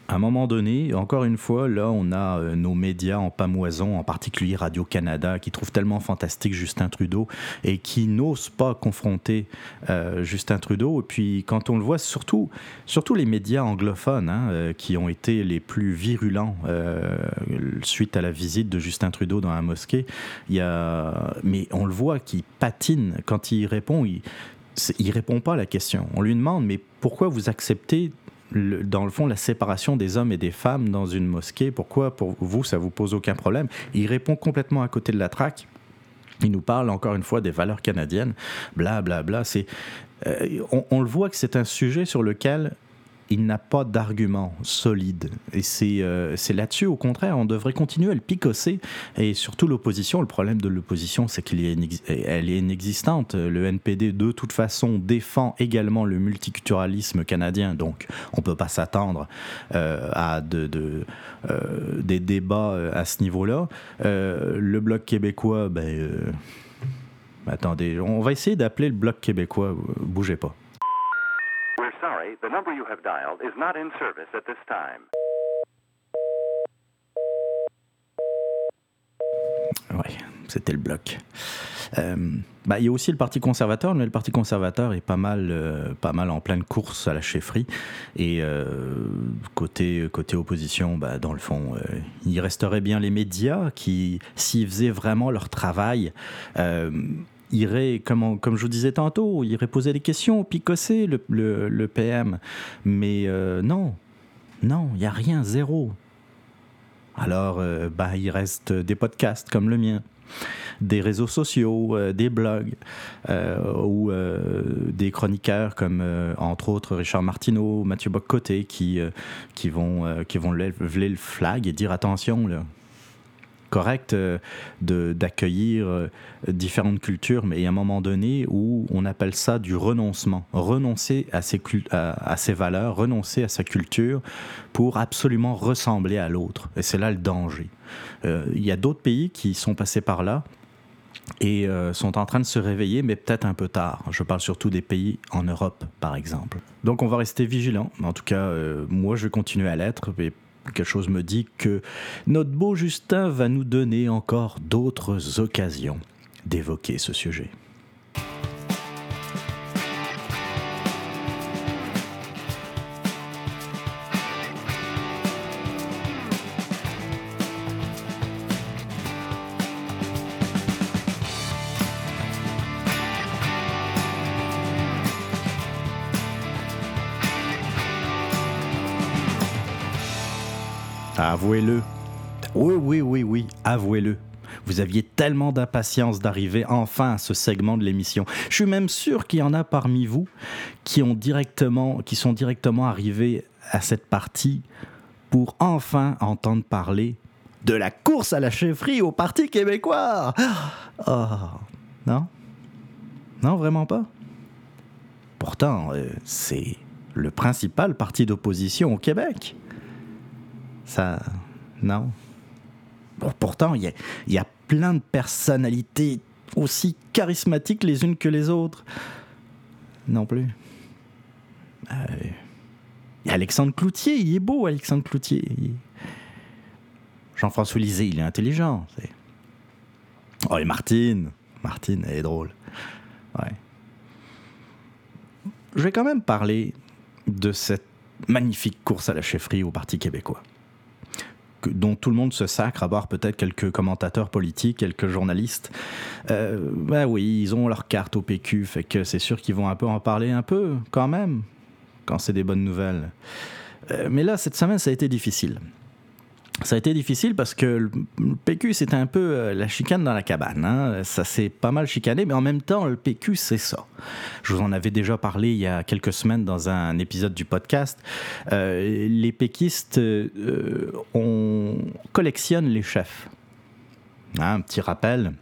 À un moment donné, encore une fois, là, on a nos médias en pamoison, en particulier Radio-Canada, qui trouvent tellement fantastique Justin Trudeau et qui n'osent pas confronter Justin Trudeau. Et puis, quand on le voit, surtout les médias anglophones, qui ont été les plus virulents suite à la visite de Justin Trudeau dans la mosquée, mais on le voit qu'il patine. Quand il répond, il répond pas à la question. On lui demande, mais pourquoi vous acceptez dans le fond, la séparation des hommes et des femmes dans une mosquée, pourquoi pour vous, ça vous pose aucun problème? Il répond complètement à côté de la traque. Il nous parle encore une fois des valeurs canadiennes, bla, bla, bla. On le voit que c'est un sujet sur lequel il n'a pas d'argument solide. Et c'est là-dessus, au contraire, on devrait continuer à le picosser. Et surtout l'opposition. Le problème de l'opposition, c'est qu'elle est inexistante. Le NPD, de toute façon, défend également le multiculturalisme canadien. Donc, on ne peut pas s'attendre à des débats à ce niveau-là. Le Bloc québécois, attendez, on va essayer d'appeler le Bloc québécois. Bougez pas. Sorry, the number you have dialed is not in service at this time. Oui, c'était le Bloc. Il y a aussi le Parti conservateur, mais le Parti conservateur est pas mal en pleine course à la chefferie. Et côté opposition, dans le fond, il resterait bien les médias qui, s'ils faisaient vraiment leur travail, irait, comme je vous disais tantôt, irait poser des questions, picosser le PM. Mais non, il n'y a rien, zéro. Alors, il reste des podcasts comme le mien, des réseaux sociaux, des blogs, ou des chroniqueurs comme, entre autres, Richard Martineau, Mathieu Bock-Côté, qui vont lever le flag et dire attention, là. Correct d'accueillir différentes cultures, mais il y a un moment donné où on appelle ça du renoncement. Renoncer à ses valeurs, renoncer à sa culture pour absolument ressembler à l'autre. Et c'est là le danger. Il y a d'autres pays qui sont passés par là et sont en train de se réveiller, mais peut-être un peu tard. Je parle surtout des pays en Europe, par exemple. Donc on va rester vigilant. En tout cas, moi, je vais continuer à l'être. Et quelque chose me dit que notre beau Justin va nous donner encore d'autres occasions d'évoquer ce sujet. Avouez-le. Oui, avouez-le. Vous aviez tellement d'impatience d'arriver enfin à ce segment de l'émission. Je suis même sûr qu'il y en a parmi vous qui sont directement arrivés à cette partie pour enfin entendre parler de la course à la chefferie au Parti québécois. Oh, non? Non, vraiment pas? Pourtant, c'est le principal parti d'opposition au Québec. Ça, non. Bon, pourtant, il y a plein de personnalités aussi charismatiques les unes que les autres. Non plus. Il y a Alexandre Cloutier, il est beau, Alexandre Cloutier. Jean-François Lisée, il est intelligent. Oh, et Martine, elle est drôle. Ouais. Je vais quand même parler de cette magnifique course à la chefferie au Parti québécois, dont tout le monde se sacre, à part peut-être quelques commentateurs politiques, quelques journalistes. Oui, ils ont leur carte au PQ, fait que c'est sûr qu'ils vont un peu en parler un peu, quand même, quand c'est des bonnes nouvelles. Mais là, cette semaine, ça a été difficile. Ça a été difficile parce que le PQ, c'était un peu la chicane dans la cabane. Hein. Ça s'est pas mal chicané, mais en même temps, le PQ, c'est ça. Je vous en avais déjà parlé il y a quelques semaines dans un épisode du podcast. Les péquistes collectionnent les chefs. Hein, un petit rappel.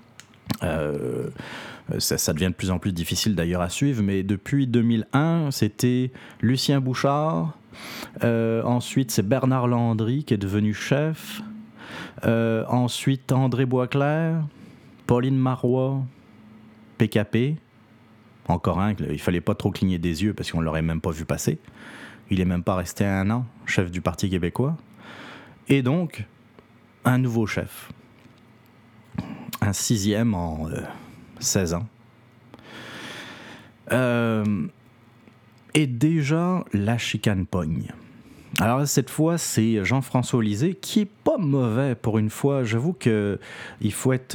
Ça devient de plus en plus difficile d'ailleurs à suivre, mais depuis 2001, c'était Lucien Bouchard. Ensuite, c'est Bernard Landry qui est devenu chef. Ensuite, André Boisclair, Pauline Marois, PKP. Encore un, il fallait pas trop cligner des yeux parce qu'on l'aurait même pas vu passer. Il est même pas resté 1 an chef du Parti québécois. Et donc, un nouveau chef. Un 6e en 16 ans. Et déjà, la chicane pogne. Alors cette fois, c'est Jean-François Lisée, qui est pas mauvais pour une fois. J'avoue que il faut être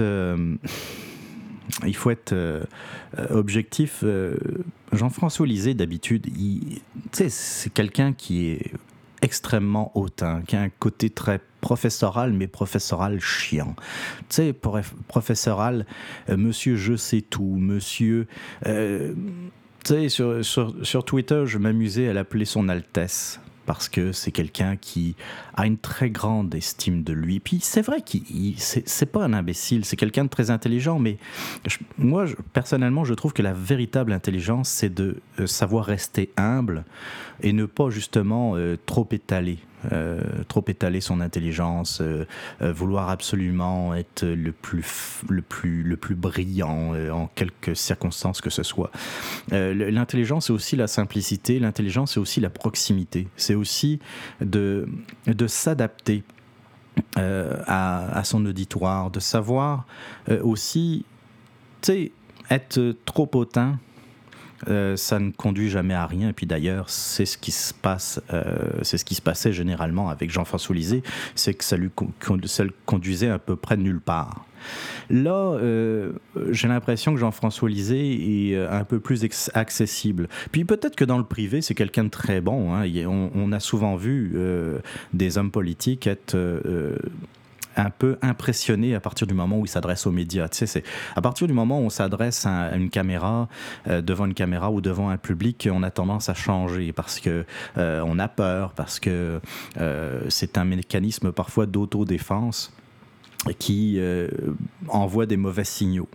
objectif. Jean-François Lisée, d'habitude, c'est quelqu'un qui est extrêmement hautain, qui a un côté très professoral, mais professoral chiant. Tu sais, professoral, monsieur je sais tout, monsieur... tu sais, sur Twitter, je m'amusais à l'appeler son Altesse, parce que c'est quelqu'un qui a une très grande estime de lui. Puis c'est vrai c'est pas un imbécile, c'est quelqu'un de très intelligent, mais personnellement, je trouve que la véritable intelligence, c'est de savoir rester humble et ne pas justement trop étaler son intelligence, vouloir absolument être le plus brillant en quelque circonstance que ce soit. L'intelligence, c'est aussi la simplicité, l'intelligence, c'est aussi la proximité, c'est aussi de s'adapter à son auditoire, de savoir aussi, tu sais, être trop hautain. Ça ne conduit jamais à rien. Et puis d'ailleurs, c'est ce qui se passait généralement avec Jean-François Lisée, c'est que ça le conduisait à peu près nulle part. Là, j'ai l'impression que Jean-François Lisée est un peu plus accessible. Puis peut-être que dans le privé, c'est quelqu'un de très bon. Hein. On a souvent vu des hommes politiques être... un peu impressionné à partir du moment où il s'adresse aux médias. Tu sais, c'est à partir du moment où on s'adresse à une caméra, devant une caméra ou devant un public, on a tendance à changer parce que on a peur, parce que c'est un mécanisme parfois d'autodéfense qui envoie des mauvais signaux.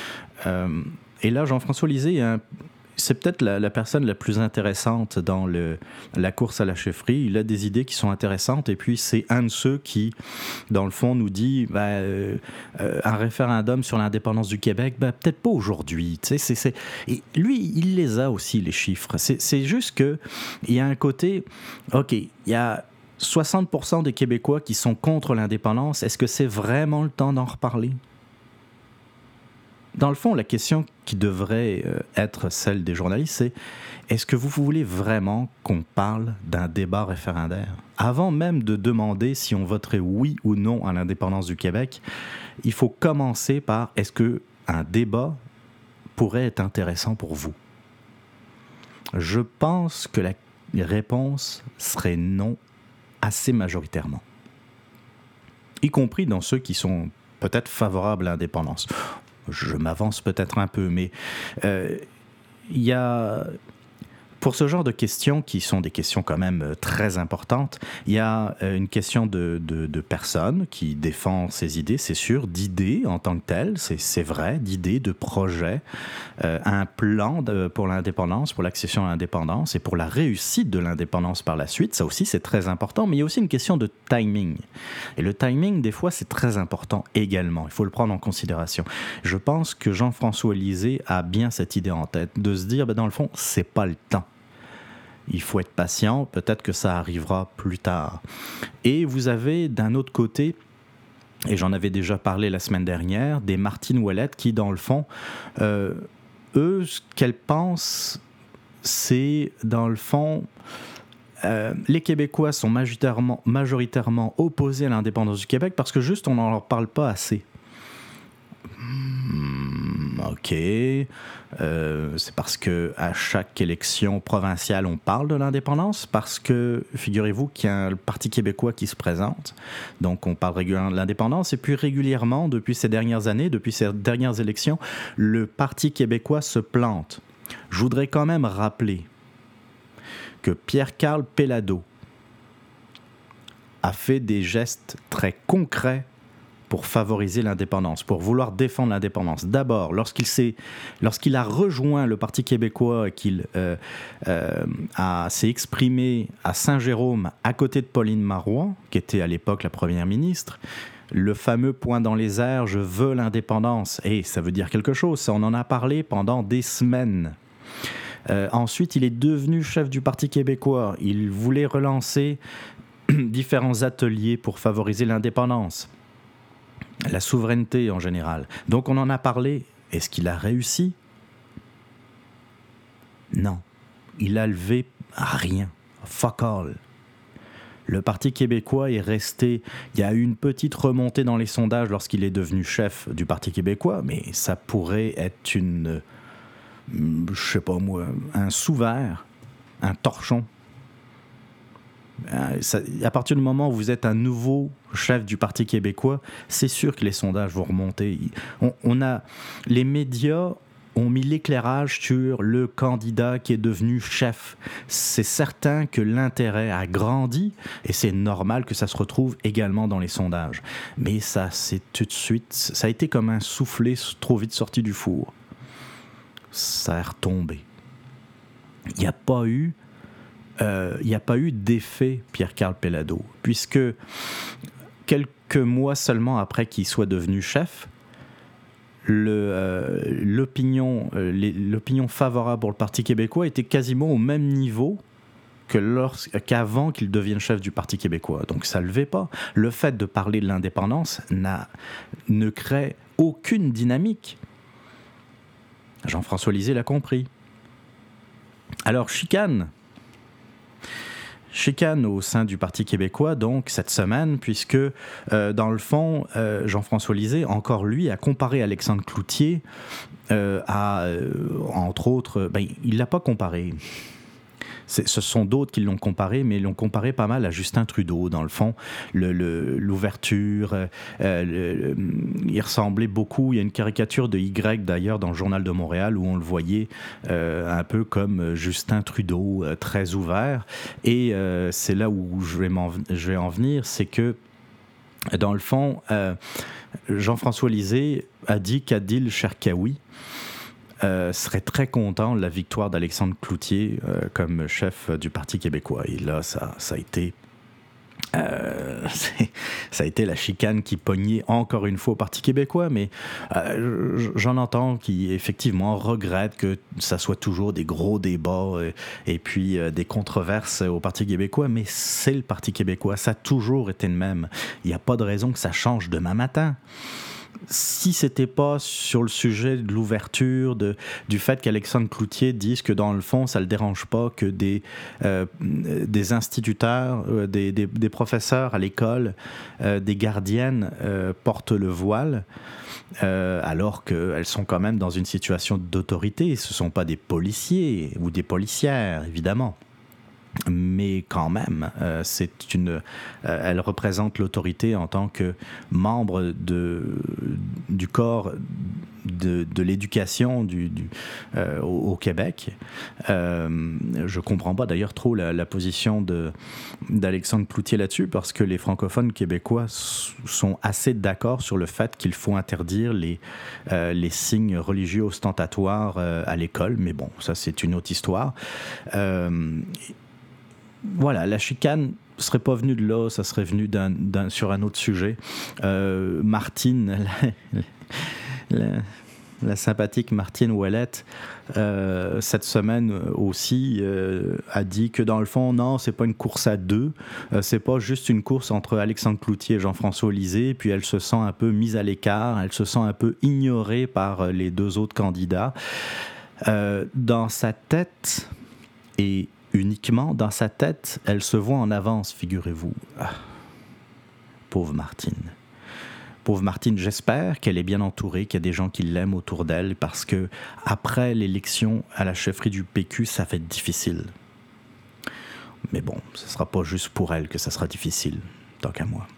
Et là, Jean-François Lisée c'est peut-être la personne la plus intéressante dans la course à la chefferie. Il a des idées qui sont intéressantes et puis c'est un de ceux qui, dans le fond, nous dit un référendum sur l'indépendance du Québec, peut-être pas aujourd'hui. Tu sais, et lui, il les a aussi, les chiffres. C'est juste qu'il y a un côté... OK, il y a 60% des Québécois qui sont contre l'indépendance. Est-ce que c'est vraiment le temps d'en reparler? Dans le fond, la question qui devrait être celle des journalistes, c'est est-ce que vous voulez vraiment qu'on parle d'un débat référendaire? Avant même de demander si on voterait oui ou non à l'indépendance du Québec, il faut commencer par est-ce qu'un débat pourrait être intéressant pour vous? Je pense que la réponse serait non assez majoritairement, y compris dans ceux qui sont peut-être favorables à l'indépendance. Je m'avance peut-être un peu, mais il y a... Pour ce genre de questions, qui sont des questions quand même très importantes, il y a une question de personnes qui défend ses idées, c'est sûr, d'idées en tant que telles, c'est vrai, d'idées, de projets, un plan pour l'indépendance, pour l'accession à l'indépendance et pour la réussite de l'indépendance par la suite. Ça aussi, c'est très important, mais il y a aussi une question de timing. Et le timing, des fois, c'est très important également. Il faut le prendre en considération. Je pense que Jean-François Lisée a bien cette idée en tête, de se dire, dans le fond, c'est pas le temps. Il faut être patient, peut-être que ça arrivera plus tard. Et vous avez d'un autre côté, et j'en avais déjà parlé la semaine dernière, des Martine Ouellette qui, dans le fond, eux, ce qu'elles pensent, c'est, dans le fond, les Québécois sont majoritairement opposés à l'indépendance du Québec parce que juste, on n'en leur parle pas assez. OK. C'est parce qu'à chaque élection provinciale, on parle de l'indépendance, parce que, figurez-vous qu'il y a le Parti québécois qui se présente, donc on parle régulièrement de l'indépendance, et puis régulièrement, depuis ces dernières années, depuis ces dernières élections, le Parti québécois se plante. Je voudrais quand même rappeler que Pierre-Carl Pellado a fait des gestes très concrets pour favoriser l'indépendance, pour vouloir défendre l'indépendance. D'abord, lorsqu'il a rejoint le Parti québécois et qu'il s'est exprimé à Saint-Jérôme à côté de Pauline Marois, qui était à l'époque la première ministre, le fameux point dans les airs « Je veux l'indépendance ». Et ça veut dire quelque chose, ça, on en a parlé pendant des semaines. Ensuite, il est devenu chef du Parti québécois. Il voulait relancer différents ateliers pour favoriser l'indépendance, la souveraineté en général. Donc on en a parlé. Est-ce qu'il a réussi? Non. Il a levé rien. Fuck all. Le Parti québécois est resté... Il y a eu une petite remontée dans les sondages lorsqu'il est devenu chef du Parti québécois, mais ça pourrait être une... Je sais pas moi, un sous-vert, un torchon. À partir du moment où vous êtes un nouveau chef du Parti québécois, c'est sûr que les sondages vont remonter. Les médias ont mis l'éclairage sur le candidat qui est devenu chef. C'est certain que l'intérêt a grandi et c'est normal que ça se retrouve également dans les sondages. Mais ça, c'est tout de suite... Ça a été comme un soufflé trop vite sorti du four. Ça est retombé. Il n'y a pas eu d'effet Pierre-Carl Péladeau, puisque quelques mois seulement après qu'il soit devenu chef, l'opinion favorable pour le Parti québécois était quasiment au même niveau qu'avant qu'il devienne chef du Parti québécois. Donc ça ne levait pas. Le fait de parler de l'indépendance ne crée aucune dynamique. Jean-François Lisée l'a compris. Alors, chicane au sein du Parti québécois, donc, cette semaine, puisque, dans le fond, Jean-François Lisée, encore lui, a comparé Alexandre Cloutier entre autres... il ne l'a pas comparé. Ce sont d'autres qui l'ont comparé, mais ils l'ont comparé pas mal à Justin Trudeau, dans le fond. L'ouverture, il ressemblait beaucoup. Il y a une caricature de Y, d'ailleurs, dans le Journal de Montréal, où on le voyait un peu comme Justin Trudeau, très ouvert. Et c'est là où je vais en venir, c'est que, dans le fond, Jean-François Lisée a dit qu'Adil Sherkaoui serait très content de la victoire d'Alexandre Cloutier comme chef du Parti québécois. Et là, ça a été la chicane qui pognait encore une fois au Parti québécois, mais j'en entends qui effectivement regrettent que ça soit toujours des gros débats et puis des controverses au Parti québécois, mais c'est le Parti québécois, ça a toujours été le même. Il n'y a pas de raison que ça change demain matin. Si c'était pas sur le sujet de l'ouverture, du fait qu'Alexandre Cloutier dise que dans le fond, ça le dérange pas que des instituteurs, des professeurs à l'école, des gardiennes portent le voile, alors qu'elles sont quand même dans une situation d'autorité. Ce sont pas des policiers ou des policières, évidemment. Mais quand même, elle représente l'autorité en tant que membre du corps de l'éducation au Québec. Je comprends pas d'ailleurs trop la position d'Alexandre Cloutier là-dessus, parce que les francophones québécois sont assez d'accord sur le fait qu'il faut interdire les signes religieux ostentatoires à l'école. Mais bon, ça c'est une autre histoire. Voilà, la chicane ne serait pas venue de là, ça serait venu sur un autre sujet. Martine, la sympathique Martine Ouellette, cette semaine aussi, a dit que dans le fond, non, c'est pas une course à deux, c'est pas juste une course entre Alexandre Cloutier et Jean-François Lisée, puis elle se sent un peu mise à l'écart, elle se sent un peu ignorée par les deux autres candidats. Dans sa tête, et uniquement dans sa tête, elle se voit en avance, figurez-vous. Ah, pauvre Martine. Pauvre Martine, j'espère qu'elle est bien entourée, qu'il y a des gens qui l'aiment autour d'elle, parce que après l'élection à la chefferie du PQ, ça va être difficile. Mais bon, ce ne sera pas juste pour elle que ça sera difficile, tant qu'à moi.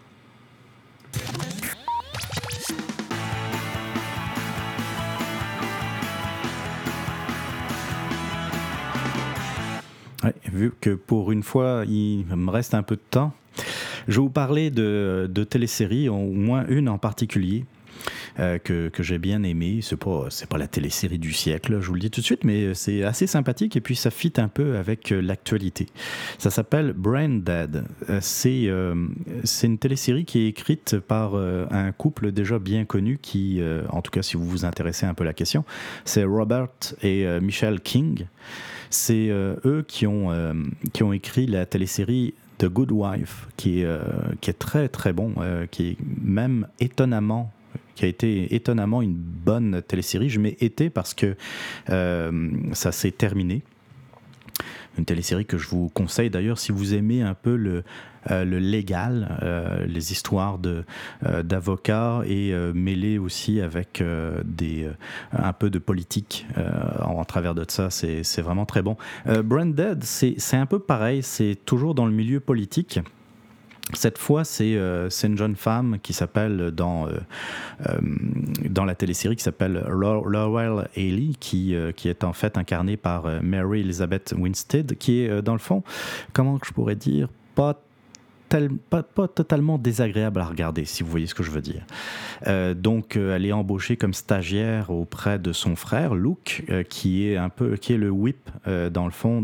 Ouais, vu que pour une fois, il me reste un peu de temps, je vais vous parler de téléséries, au moins une en particulier. que j'ai bien aimé. C'est pas la télésérie du siècle, je vous le dis tout de suite, mais c'est assez sympathique et puis ça fit un peu avec l'actualité. Ça s'appelle Brain Dead. C'est une télésérie qui est écrite par un couple déjà bien connu qui, en tout cas si vous vous intéressez un peu à la question, c'est Robert et Michelle King. C'est eux qui ont écrit la télésérie The Good Wife, qui est très très bon, qui est même qui a été étonnamment une bonne télésérie. Je mets été parce que ça s'est terminé. Une télésérie que je vous conseille d'ailleurs si vous aimez un peu le légal, les histoires d'avocats et mêlées aussi avec un peu de politique en travers de ça. C'est vraiment très bon. Brain Dead, c'est un peu pareil, c'est toujours dans le milieu politique. Cette fois, c'est une jeune femme qui s'appelle dans la télésérie qui s'appelle Laurel Haley, qui est en fait incarnée par Mary Elizabeth Winstead, qui est dans le fond, comment je pourrais dire, pas totalement désagréable à regarder, si vous voyez ce que je veux dire. Donc, elle est embauchée comme stagiaire auprès de son frère, Luke, qui est le whip, dans le fond,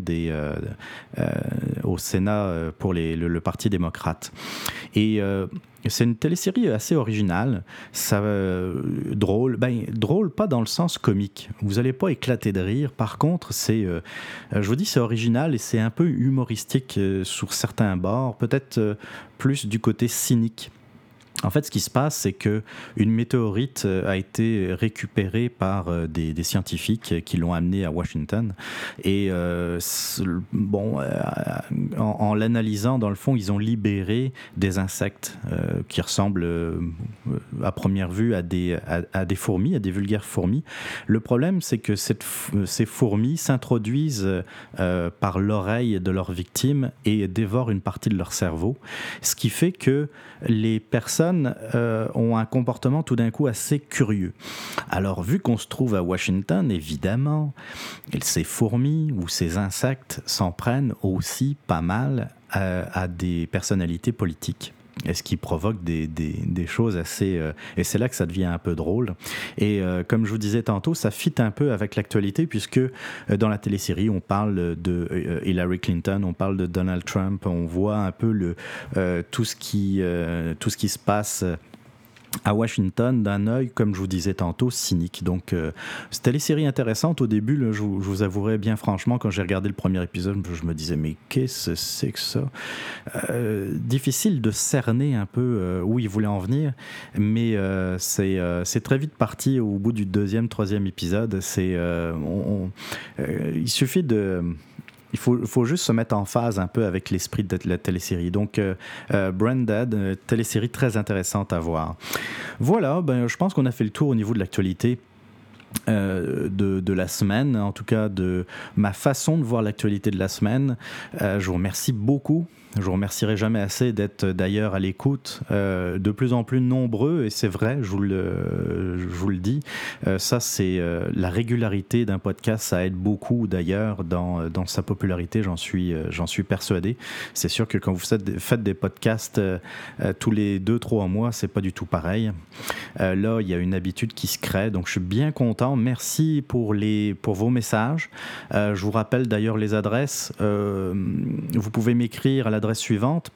au Sénat pour le Parti démocrate. Et c'est une télésérie assez originale, drôle pas dans le sens comique. Vous n'allez pas éclater de rire. Par contre, je vous dis, c'est original et c'est un peu humoristique sur certains bords, peut-être plus du côté cynique. En fait, ce qui se passe, c'est qu'une météorite a été récupérée par des scientifiques qui l'ont amenée à Washington. Et en l'analysant, dans le fond, ils ont libéré des insectes qui ressemblent à première vue à des fourmis, à des vulgaires fourmis. Le problème, c'est que ces fourmis s'introduisent par l'oreille de leurs victimes et dévorent une partie de leur cerveau, ce qui fait que les personnes ont un comportement tout d'un coup assez curieux. Alors, vu qu'on se trouve à Washington, évidemment, ces fourmis ou ces insectes s'en prennent aussi pas mal à des personnalités politiques. Et ce qui provoque des choses assez... et c'est là que ça devient un peu drôle. Et comme je vous disais tantôt, ça fit un peu avec l'actualité, puisque dans la télésérie, on parle de Hillary Clinton, on parle de Donald Trump, on voit un peu tout ce qui se passe à Washington d'un œil, comme je vous disais tantôt, cynique. Donc, c'était les séries intéressantes. Au début, là, je vous avouerai bien franchement, quand j'ai regardé le premier épisode, je me disais, mais qu'est-ce que c'est que ça? Difficile de cerner un peu où ils voulaient en venir, mais c'est très vite parti au bout du deuxième, troisième épisode. Il suffit de... Il faut juste se mettre en phase un peu avec l'esprit de la télésérie. Donc, Brain Dead, télésérie très intéressante à voir. Voilà, je pense qu'on a fait le tour au niveau de l'actualité de la semaine, en tout cas de ma façon de voir l'actualité de la semaine. Je vous remercie beaucoup. Je vous remercierai jamais assez d'être d'ailleurs à l'écoute, de plus en plus nombreux, et c'est vrai, je vous le dis, ça c'est la régularité d'un podcast, ça aide beaucoup d'ailleurs dans sa popularité, j'en suis persuadé. C'est sûr que quand vous faites des podcasts tous les 2-3 mois, c'est pas du tout pareil. Là, il y a une habitude qui se crée, donc je suis bien content. Merci pour vos messages. Je vous rappelle d'ailleurs les adresses. Vous pouvez m'écrire à l'adresse suivante,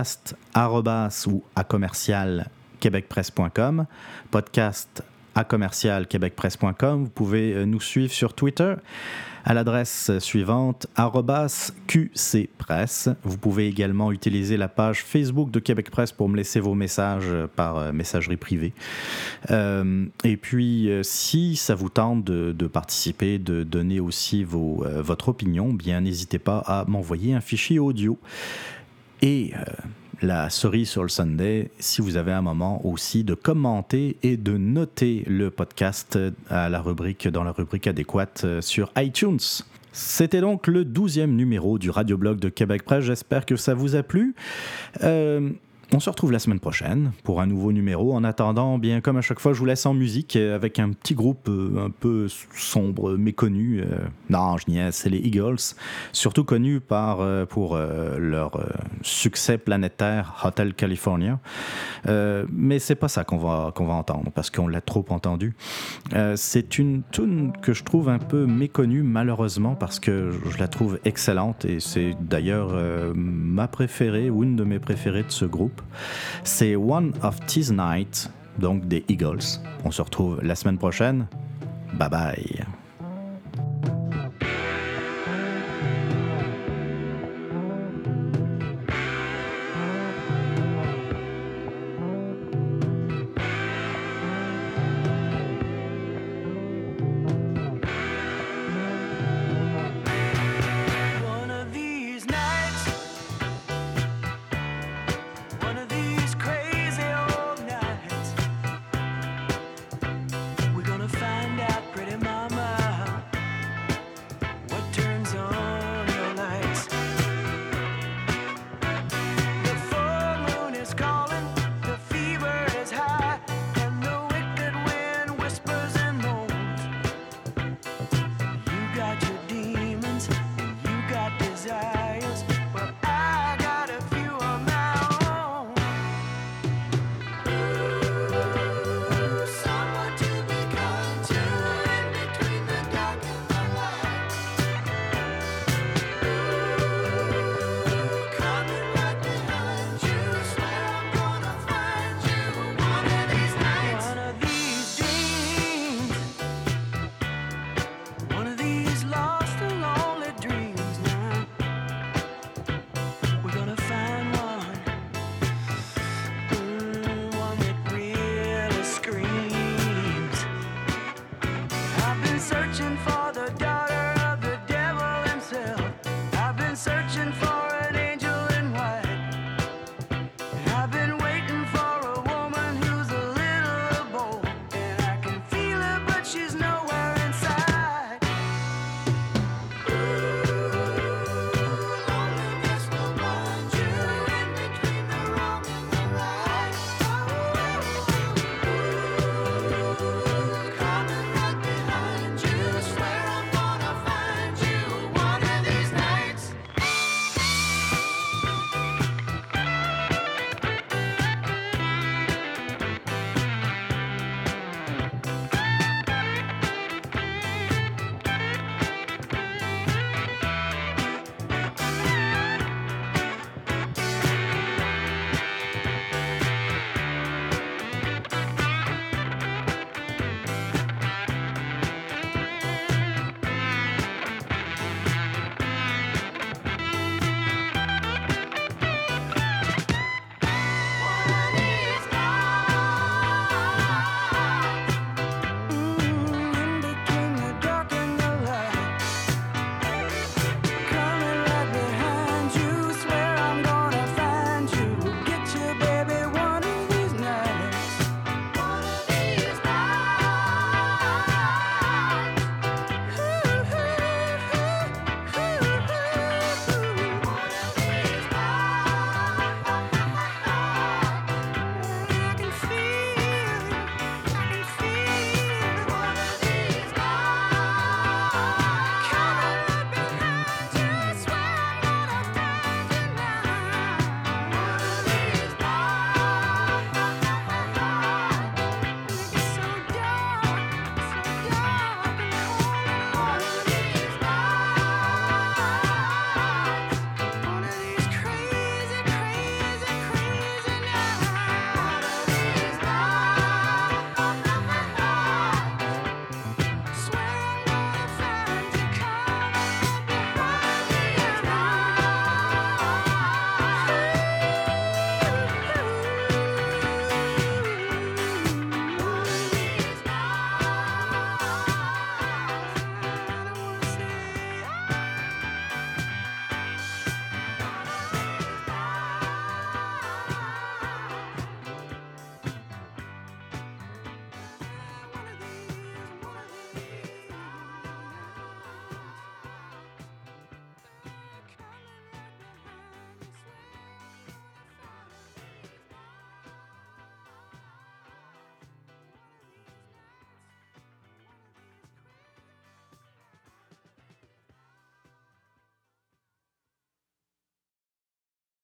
podcast@québecpresse.com, podcast@québecpresse.com. Vous pouvez nous suivre sur Twitter à l'adresse suivante, @QCPresse. Vous pouvez également utiliser la page Facebook de Québec Presse pour me laisser vos messages par messagerie privée. Et puis, si ça vous tente de participer, de donner aussi votre opinion, bien n'hésitez pas à m'envoyer un fichier audio. Et la cerise sur le sundae, si vous avez un moment aussi de commenter et de noter le podcast dans la rubrique adéquate sur iTunes. C'était donc le 12e numéro du radioblog de Québec Presse. J'espère que ça vous a plu. On se retrouve la semaine prochaine pour un nouveau numéro. En attendant, bien comme à chaque fois, je vous laisse en musique avec un petit groupe un peu sombre, méconnu. Non, je niaise, c'est les Eagles, surtout connus pour leur succès planétaire Hotel California. Mais c'est pas ça qu'on va entendre parce qu'on l'a trop entendu. C'est une tune que je trouve un peu méconnue malheureusement parce que je la trouve excellente et c'est d'ailleurs ma préférée ou une de mes préférées de ce groupe. C'est One of These Nights, donc des Eagles. On se retrouve la semaine prochaine. Bye bye.